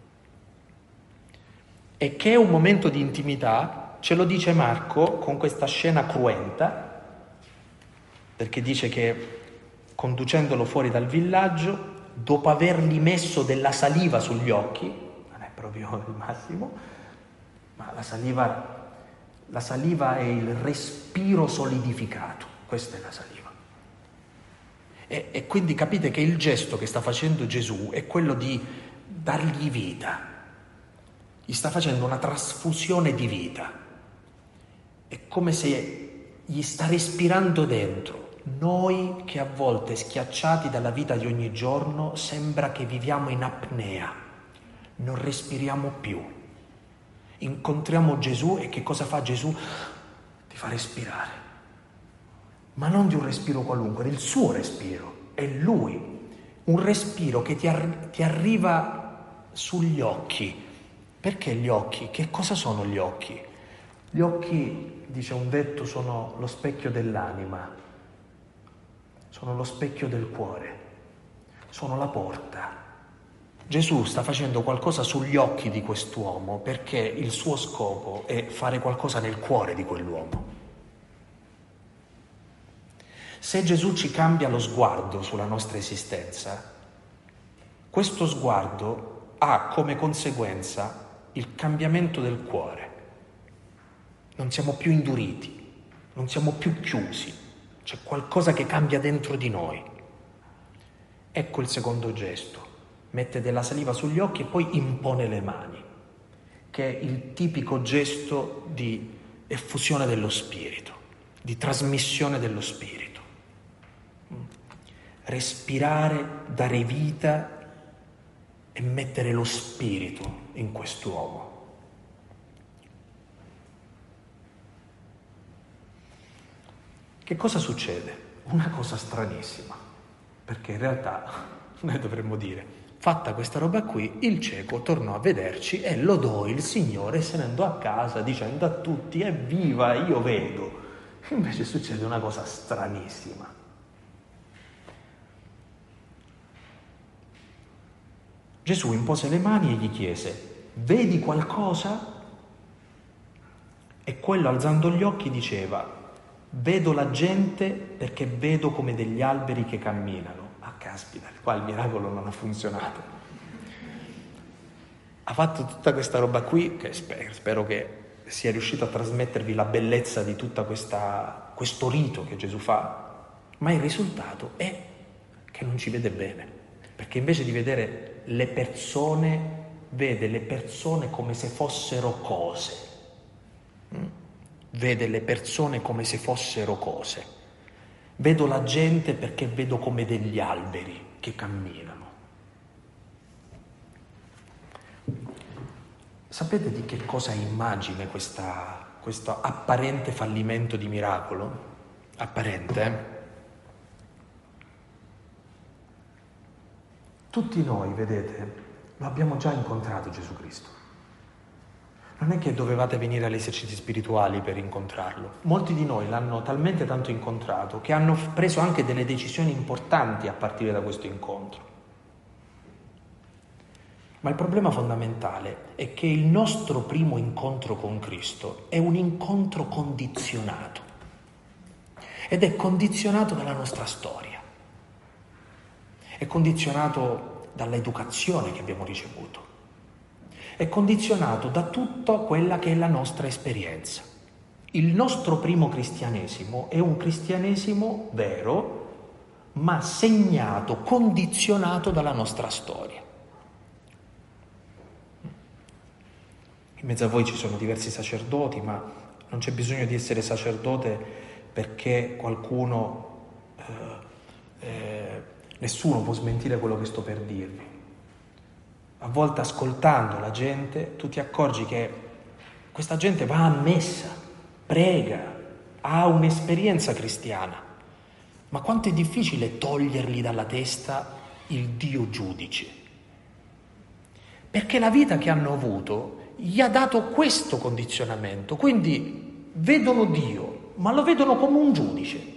E che è un momento di intimità, ce lo dice Marco con questa scena cruenta, perché dice che conducendolo fuori dal villaggio, dopo avergli messo della saliva sugli occhi, non è proprio il massimo, ma la saliva, la saliva è il respiro solidificato, questa è la saliva. E, e quindi capite che il gesto che sta facendo Gesù è quello di dargli vita, gli sta facendo una trasfusione di vita, è come se gli sta respirando dentro. Noi che a volte, schiacciati dalla vita di ogni giorno, sembra che viviamo in apnea, non respiriamo più. Incontriamo Gesù e che cosa fa Gesù? Ti fa respirare, ma non di un respiro qualunque, del suo respiro, è Lui, un respiro che ti, ar- ti arriva sugli occhi. Perché gli occhi? Che cosa sono gli occhi? Gli occhi, dice un detto, sono lo specchio dell'anima. Sono lo specchio del cuore, sono la porta. Gesù sta facendo qualcosa sugli occhi di quest'uomo perché il suo scopo è fare qualcosa nel cuore di quell'uomo. Se Gesù ci cambia lo sguardo sulla nostra esistenza, questo sguardo ha come conseguenza il cambiamento del cuore. Non siamo più induriti, non siamo più chiusi. C'è qualcosa che cambia dentro di noi. Ecco il secondo gesto. Mette della saliva sugli occhi e poi impone le mani, che è il tipico gesto di effusione dello spirito, di trasmissione dello spirito. Respirare, dare vita e mettere lo spirito in quest'uomo. Che cosa succede? Una cosa stranissima, perché in realtà noi dovremmo dire, fatta questa roba qui, il cieco tornò a vederci e lodò il Signore e se ne andò a casa dicendo a tutti, evviva, io vedo. Invece succede una cosa stranissima. Gesù impose le mani e gli chiese, vedi qualcosa? E quello alzando gli occhi diceva, vedo la gente perché vedo come degli alberi che camminano. Ah, caspita, qua il miracolo non ha funzionato. Ha fatto tutta questa roba qui, che spero, spero che sia riuscito a trasmettervi la bellezza di tutta questa, questo rito che Gesù fa, ma il risultato è che non ci vede bene, perché invece di vedere le persone, vede le persone come se fossero cose. Mm? Vede le persone come se fossero cose. Vedo la gente perché vedo come degli alberi che camminano. Sapete di che cosa è immagine questa, questo apparente fallimento di miracolo? Apparente, eh? Tutti noi, vedete, lo abbiamo già incontrato Gesù Cristo. Non è che dovevate venire agli esercizi spirituali per incontrarlo. Molti di noi l'hanno talmente tanto incontrato che hanno preso anche delle decisioni importanti a partire da questo incontro. Ma il problema fondamentale è che il nostro primo incontro con Cristo è un incontro condizionato. Ed è condizionato dalla nostra storia. È condizionato dall'educazione che abbiamo ricevuto. È condizionato da tutta quella che è la nostra esperienza. Il nostro primo cristianesimo è un cristianesimo vero, ma segnato, condizionato dalla nostra storia. In mezzo a voi ci sono diversi sacerdoti, ma non c'è bisogno di essere sacerdote perché qualcuno, eh, eh, nessuno può smentire quello che sto per dirvi. A volte ascoltando la gente tu ti accorgi che questa gente va a messa, prega, ha un'esperienza cristiana, ma quanto è difficile togliergli dalla testa il Dio giudice, perché la vita che hanno avuto gli ha dato questo condizionamento, quindi vedono Dio, ma lo vedono come un giudice.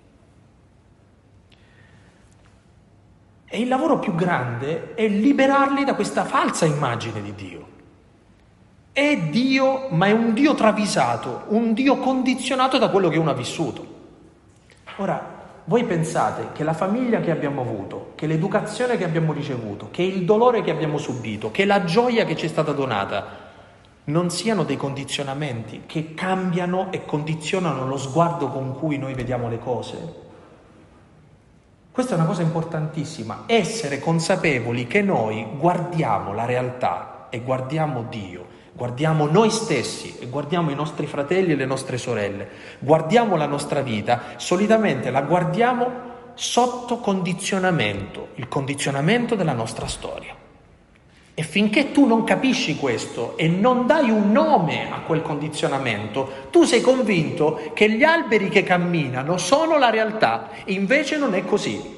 E il lavoro più grande è liberarli da questa falsa immagine di Dio. È Dio, ma è un Dio travisato, un Dio condizionato da quello che uno ha vissuto. Ora, Voi pensate che la famiglia che abbiamo avuto, che l'educazione che abbiamo ricevuto, che il dolore che abbiamo subito, che la gioia che ci è stata donata, non siano dei condizionamenti che cambiano e condizionano lo sguardo con cui noi vediamo le cose? Questa è una cosa importantissima, essere consapevoli che noi guardiamo la realtà e guardiamo Dio, guardiamo noi stessi e guardiamo i nostri fratelli e le nostre sorelle, guardiamo la nostra vita, solitamente la guardiamo sotto condizionamento, il condizionamento della nostra storia. E finché tu non capisci questo e non dai un nome a quel condizionamento, tu sei convinto che gli alberi che camminano sono la realtà, e invece non è così.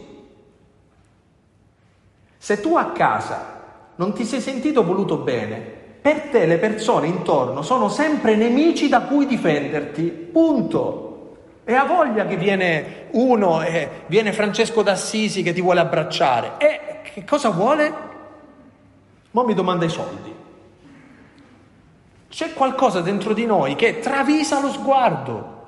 Se tu a casa non ti sei sentito voluto bene, per te le persone intorno sono sempre nemici da cui difenderti, punto. E ha voglia che viene uno, e viene Francesco d'Assisi che ti vuole abbracciare. E che cosa vuole? Mo mi domanda i soldi. C'è qualcosa dentro di noi che travisa lo sguardo.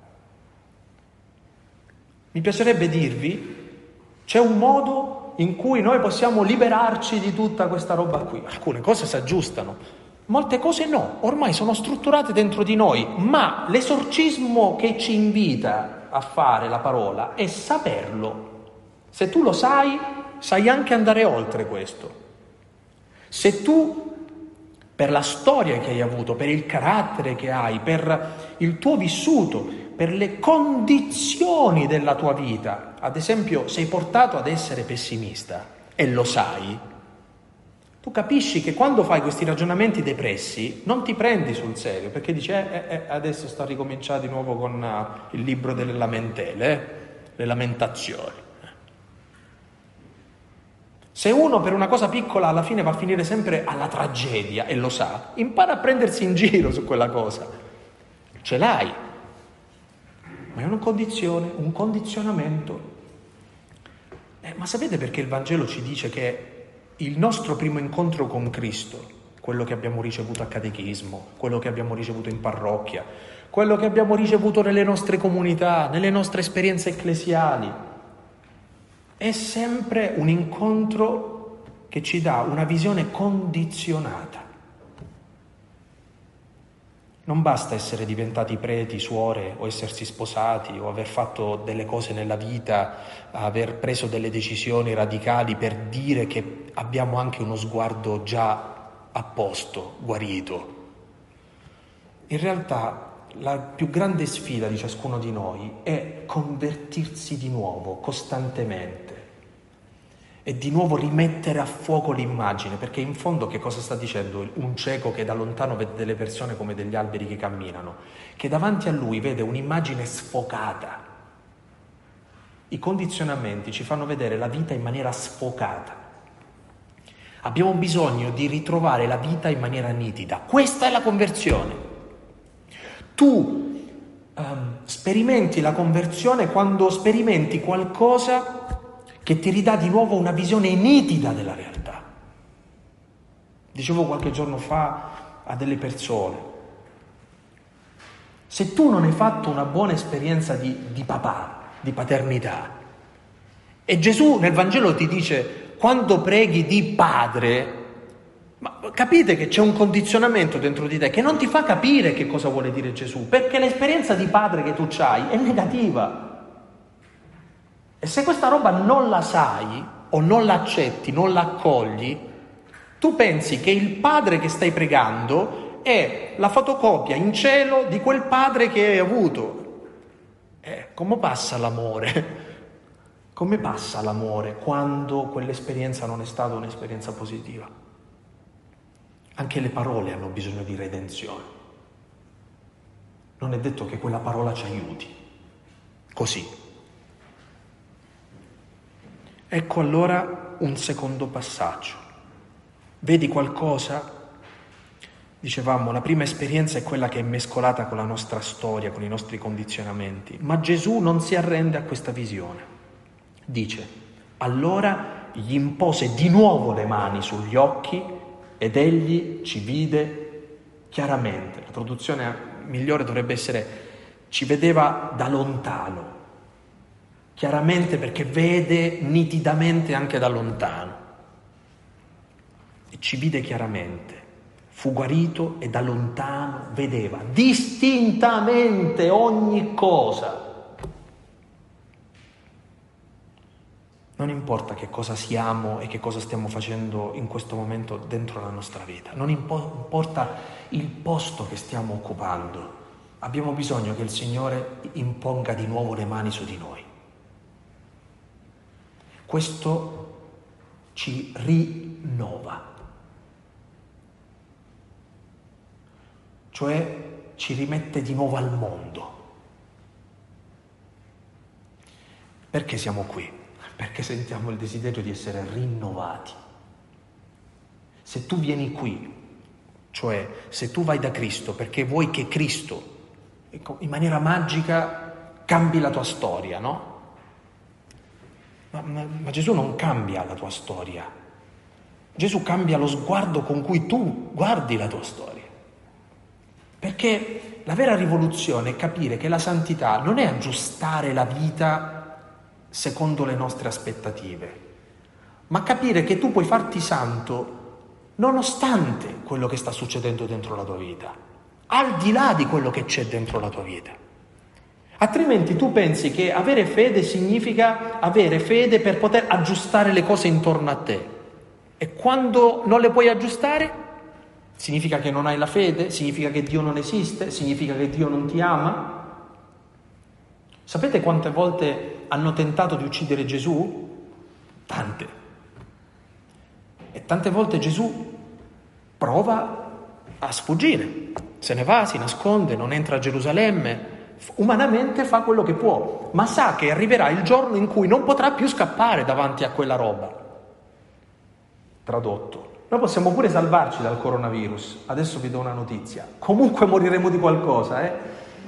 Mi piacerebbe dirvi, c'è un modo in cui noi possiamo liberarci di tutta questa roba qui. Alcune cose si aggiustano, molte cose no, ormai sono strutturate dentro di noi, ma l'esorcismo che ci invita a fare la parola è saperlo. Se tu lo sai, sai anche andare oltre questo. Se tu, per la storia che hai avuto, per il carattere che hai, per il tuo vissuto, per le condizioni della tua vita, ad esempio, sei portato ad essere pessimista e lo sai, tu capisci che quando fai questi ragionamenti depressi non ti prendi sul serio, perché dici eh, eh, eh, adesso sta a ricominciare di nuovo con uh, il libro delle lamentele, eh, le lamentazioni. Se uno per una cosa piccola alla fine va a finire sempre alla tragedia e lo sa, impara a prendersi in giro su quella cosa. Ce l'hai, ma è una condizione, un condizionamento. Eh, ma sapete perché il Vangelo ci dice che il nostro primo incontro con Cristo, quello che abbiamo ricevuto a catechismo, quello che abbiamo ricevuto in parrocchia, quello che abbiamo ricevuto nelle nostre comunità, nelle nostre esperienze ecclesiali, è sempre un incontro che ci dà una visione condizionata. Non basta essere diventati preti, suore, o essersi sposati, o aver fatto delle cose nella vita, aver preso delle decisioni radicali per dire che abbiamo anche uno sguardo già a posto, guarito. In realtà la più grande sfida di ciascuno di noi è convertirsi di nuovo, costantemente, e di nuovo rimettere a fuoco l'immagine, perché in fondo che cosa sta dicendo un cieco che da lontano vede delle persone come degli alberi che camminano? Che davanti a lui vede un'immagine sfocata. I condizionamenti ci fanno vedere la vita in maniera sfocata. Abbiamo bisogno di ritrovare la vita in maniera nitida. Questa è la conversione. Tu um, sperimenti la conversione quando sperimenti qualcosa che ti ridà di nuovo una visione nitida della realtà. Dicevo qualche giorno fa a delle persone, se tu non hai fatto una buona esperienza di, di papà, di paternità, e Gesù nel Vangelo ti dice quando preghi di padre, ma capite che c'è un condizionamento dentro di te che non ti fa capire che cosa vuole dire Gesù, perché l'esperienza di padre che tu hai è negativa. E se questa roba non la sai, o non l'accetti, non la accogli, tu pensi che il padre che stai pregando è la fotocopia in cielo di quel padre che hai avuto. Eh, come passa l'amore? Come passa l'amore quando quell'esperienza non è stata un'esperienza positiva? Anche le parole hanno bisogno di redenzione. Non è detto che quella parola ci aiuti. Così. Ecco allora un secondo passaggio. Vedi qualcosa? Dicevamo, la prima esperienza è quella che è mescolata con la nostra storia, con i nostri condizionamenti. Ma Gesù non si arrende a questa visione. Dice, allora gli impose di nuovo le mani sugli occhi ed egli ci vide chiaramente. La traduzione migliore dovrebbe essere, ci vedeva da lontano. chiaramente perché vede nitidamente anche da lontano. E ci vide chiaramente. Fu guarito e da lontano vedeva distintamente ogni cosa. Non importa che cosa siamo e che cosa stiamo facendo in questo momento dentro la nostra vita, non importa il posto che stiamo occupando, abbiamo bisogno che il Signore imponga di nuovo le mani su di noi. Questo ci rinnova. Cioè ci rimette di nuovo al mondo. Perché siamo qui? Perché sentiamo il desiderio di essere rinnovati. Se tu vieni qui, cioè se tu vai da Cristo perché vuoi che Cristo in maniera magica cambi la tua storia, no? Ma, ma, ma Gesù non cambia la tua storia. Gesù cambia lo sguardo con cui tu guardi la tua storia. Perché la vera rivoluzione è capire che la santità non è aggiustare la vita secondo le nostre aspettative, ma capire che tu puoi farti santo nonostante quello che sta succedendo dentro la tua vita, al di là di quello che c'è dentro la tua vita. Altrimenti tu pensi che avere fede significa avere fede per poter aggiustare le cose intorno a te. E quando non le puoi aggiustare, significa che non hai la fede? Significa che Dio non esiste? Significa che Dio non ti ama? Sapete quante volte hanno tentato di uccidere Gesù? Tante. E tante volte Gesù prova a sfuggire. Se ne va, si nasconde, non entra a Gerusalemme. Umanamente fa quello che può, ma sa che arriverà il giorno in cui non potrà più scappare davanti a quella roba. Tradotto. Noi possiamo pure salvarci dal coronavirus. Adesso vi do una notizia. Comunque moriremo di qualcosa, eh?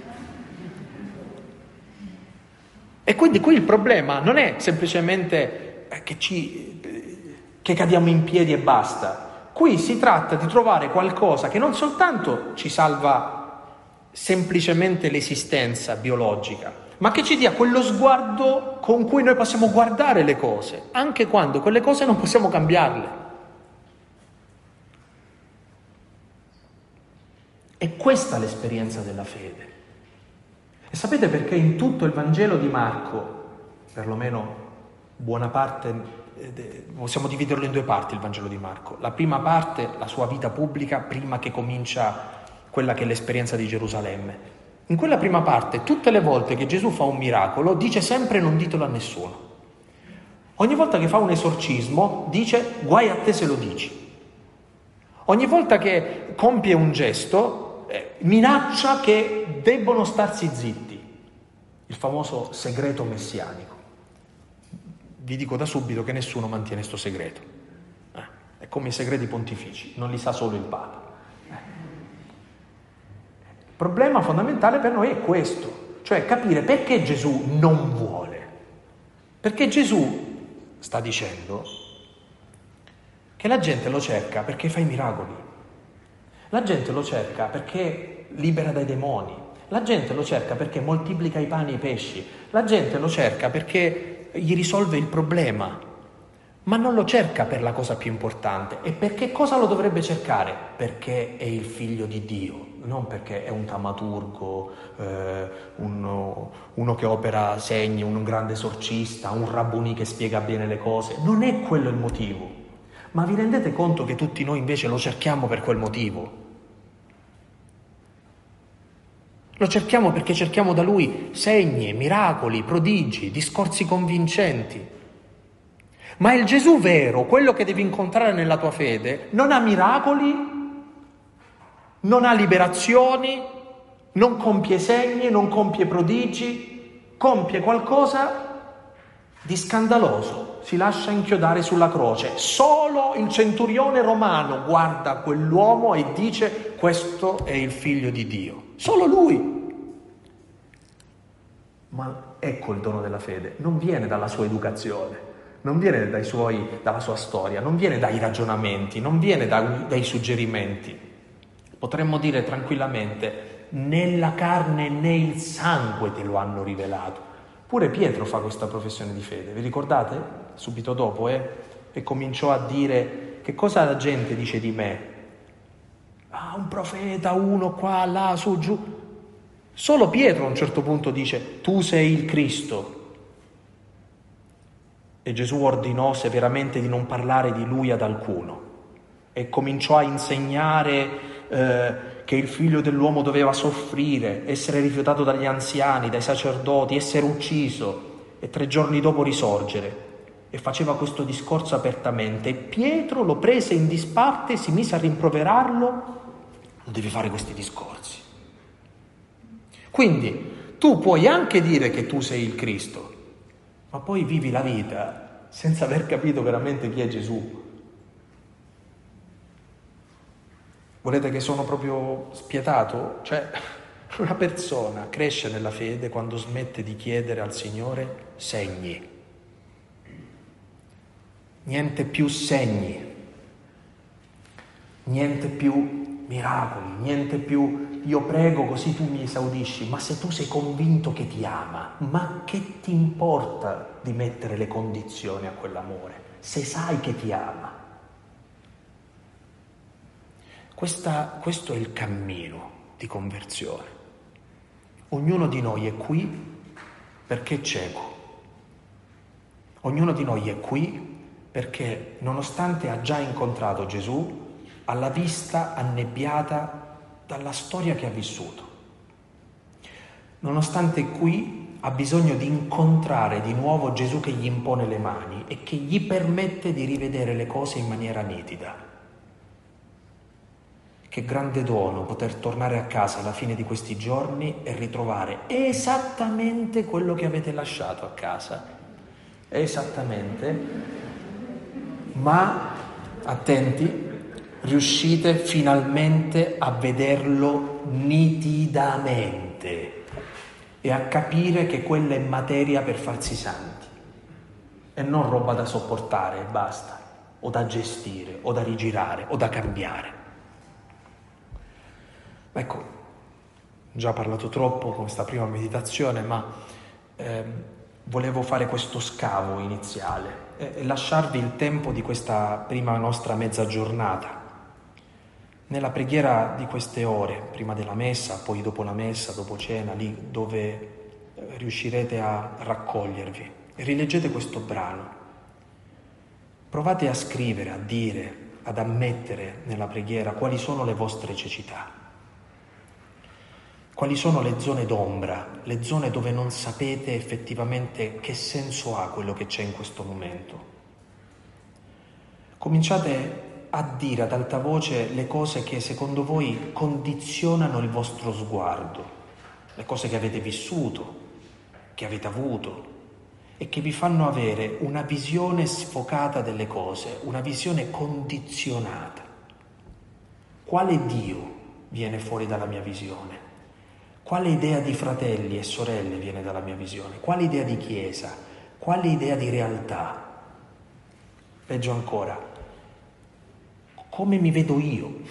E quindi qui il problema non è semplicemente che ci che cadiamo in piedi e basta. Qui si tratta di trovare qualcosa che non soltanto ci salva semplicemente l'esistenza biologica, ma che ci dia quello sguardo con cui noi possiamo guardare le cose, anche quando quelle cose non possiamo cambiarle. È questa l'esperienza della fede. E sapete perché in tutto il Vangelo di Marco, perlomeno buona parte, eh, possiamo dividerlo in due parti il Vangelo di Marco. La prima parte, la sua vita pubblica, prima che comincia quella che è l'esperienza di Gerusalemme. In quella prima parte, tutte le volte che Gesù fa un miracolo, dice sempre non ditelo a nessuno. Ogni volta che fa un esorcismo, dice guai a te se lo dici. Ogni volta che compie un gesto, eh, minaccia che debbono starsi zitti. Il famoso segreto messianico. Vi dico da subito che nessuno mantiene sto segreto. Eh, è come i segreti pontifici, non li sa solo il Papa. Eh. Il problema fondamentale per noi è questo, cioè capire perché Gesù non vuole. Perché Gesù sta dicendo che la gente lo cerca perché fa i miracoli. La gente lo cerca perché libera dai demoni. La gente lo cerca perché moltiplica i pani e i pesci. La gente lo cerca perché gli risolve il problema. Ma non lo cerca per la cosa più importante. E perché cosa lo dovrebbe cercare? Perché è il figlio di Dio, non perché è un taumaturgo, eh, uno, uno che opera segni, un grande esorcista, un rabbuni che spiega bene le cose. Non è quello il motivo. Ma vi rendete conto che tutti noi invece lo cerchiamo per quel motivo? Lo cerchiamo perché cerchiamo da Lui segni, miracoli, prodigi, discorsi convincenti. Ma il Gesù vero, quello che devi incontrare nella tua fede, non ha miracoli, non ha liberazioni, non compie segni, non compie prodigi, compie qualcosa di scandaloso. Si lascia inchiodare sulla croce. Solo il centurione romano guarda quell'uomo e dice: questo è il figlio di Dio. Solo lui. Ma ecco il dono della fede. Non viene dalla sua educazione, non viene dai suoi, dalla sua storia, non viene dai ragionamenti, non viene da, dai suggerimenti. Potremmo dire tranquillamente: né la carne né il sangue te lo hanno rivelato, Pure Pietro fa questa professione di fede, vi ricordate? Subito dopo, eh? E cominciò a dire: che cosa la gente dice di me? Ah, un profeta, uno qua, là, su, giù. Solo Pietro a un certo punto dice: tu sei il Cristo. E Gesù ordinò severamente di non parlare di lui ad alcuno e cominciò a insegnare eh, che il figlio dell'uomo doveva soffrire, essere rifiutato dagli anziani, dai sacerdoti, essere ucciso e tre giorni dopo risorgere. E faceva questo discorso apertamente. E Pietro lo prese in disparte e si mise a rimproverarlo: non devi fare questi discorsi. Quindi tu puoi anche dire che tu sei il Cristo, ma poi vivi la vita senza aver capito veramente chi è Gesù. Volete che sono proprio spietato? Cioè, una persona cresce nella fede quando smette di chiedere al Signore segni. Niente più segni, niente più miracoli, niente più io prego così tu mi esaudisci. Ma se tu sei convinto che ti ama, ma che ti importa di mettere le condizioni a quell'amore, se sai che ti ama? Questa, questo è il cammino di conversione. Ognuno di noi è qui perché è cieco. Ognuno di noi è qui perché, nonostante ha già incontrato Gesù, ha la vista annebbiata dalla storia che ha vissuto. Nonostante è qui, ha bisogno di incontrare di nuovo Gesù che gli impone le mani e che gli permette di rivedere le cose in maniera nitida. Che grande dono poter tornare a casa alla fine di questi giorni e ritrovare esattamente quello che avete lasciato a casa. Esattamente. Ma, attenti, riuscite finalmente a vederlo nitidamente e a capire che quella è materia per farsi santi e non roba da sopportare e basta, o da gestire, o da rigirare, o da cambiare. Ecco, già parlato troppo con questa prima meditazione, ma ehm, volevo fare questo scavo iniziale e, e lasciarvi il tempo di questa prima nostra mezza giornata. Nella preghiera di queste ore, prima della messa, poi dopo la messa, dopo cena, lì dove riuscirete a raccogliervi, rileggete questo brano. Provate a scrivere, a dire, ad ammettere nella preghiera quali sono le vostre cecità. Quali sono le zone d'ombra, le zone dove non sapete effettivamente che senso ha quello che c'è in questo momento? Cominciate a dire ad alta voce le cose che secondo voi condizionano il vostro sguardo, le cose che avete vissuto, che avete avuto e che vi fanno avere una visione sfocata delle cose, una visione condizionata. Quale Dio viene fuori dalla mia visione? Quale idea di fratelli e sorelle viene dalla mia visione? Quale idea di chiesa? Quale idea di realtà? Peggio ancora, come mi vedo io? Il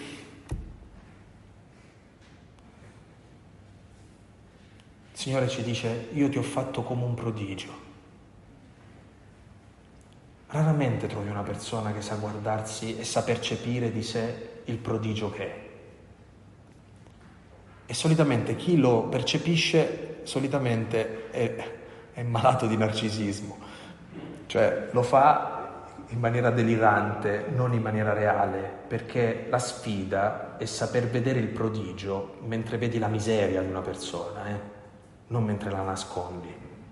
Signore ci dice: io ti ho fatto come un prodigio. Raramente trovi una persona che sa guardarsi e sa percepire di sé il prodigio che è. E solitamente chi lo percepisce, solitamente è, è malato di narcisismo. Cioè lo fa in maniera delirante, non in maniera reale, perché la sfida è saper vedere il prodigio mentre vedi la miseria di una persona, eh? Non mentre la nascondi.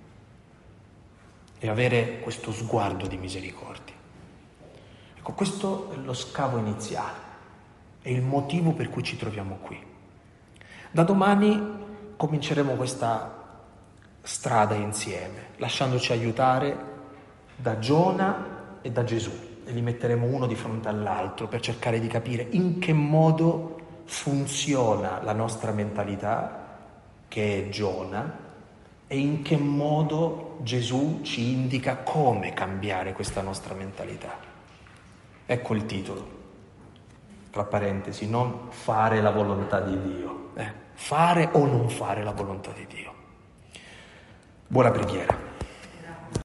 E avere questo sguardo di misericordia. Ecco, questo è lo scavo iniziale, è il motivo per cui ci troviamo qui. Da domani cominceremo questa strada insieme, lasciandoci aiutare da Giona e da Gesù, e li metteremo uno di fronte all'altro per cercare di capire in che modo funziona la nostra mentalità, che è Giona, e in che modo Gesù ci indica come cambiare questa nostra mentalità. Ecco il titolo, tra parentesi, non fare la volontà di Dio, eh? Fare o non fare la volontà di Dio. Buona preghiera.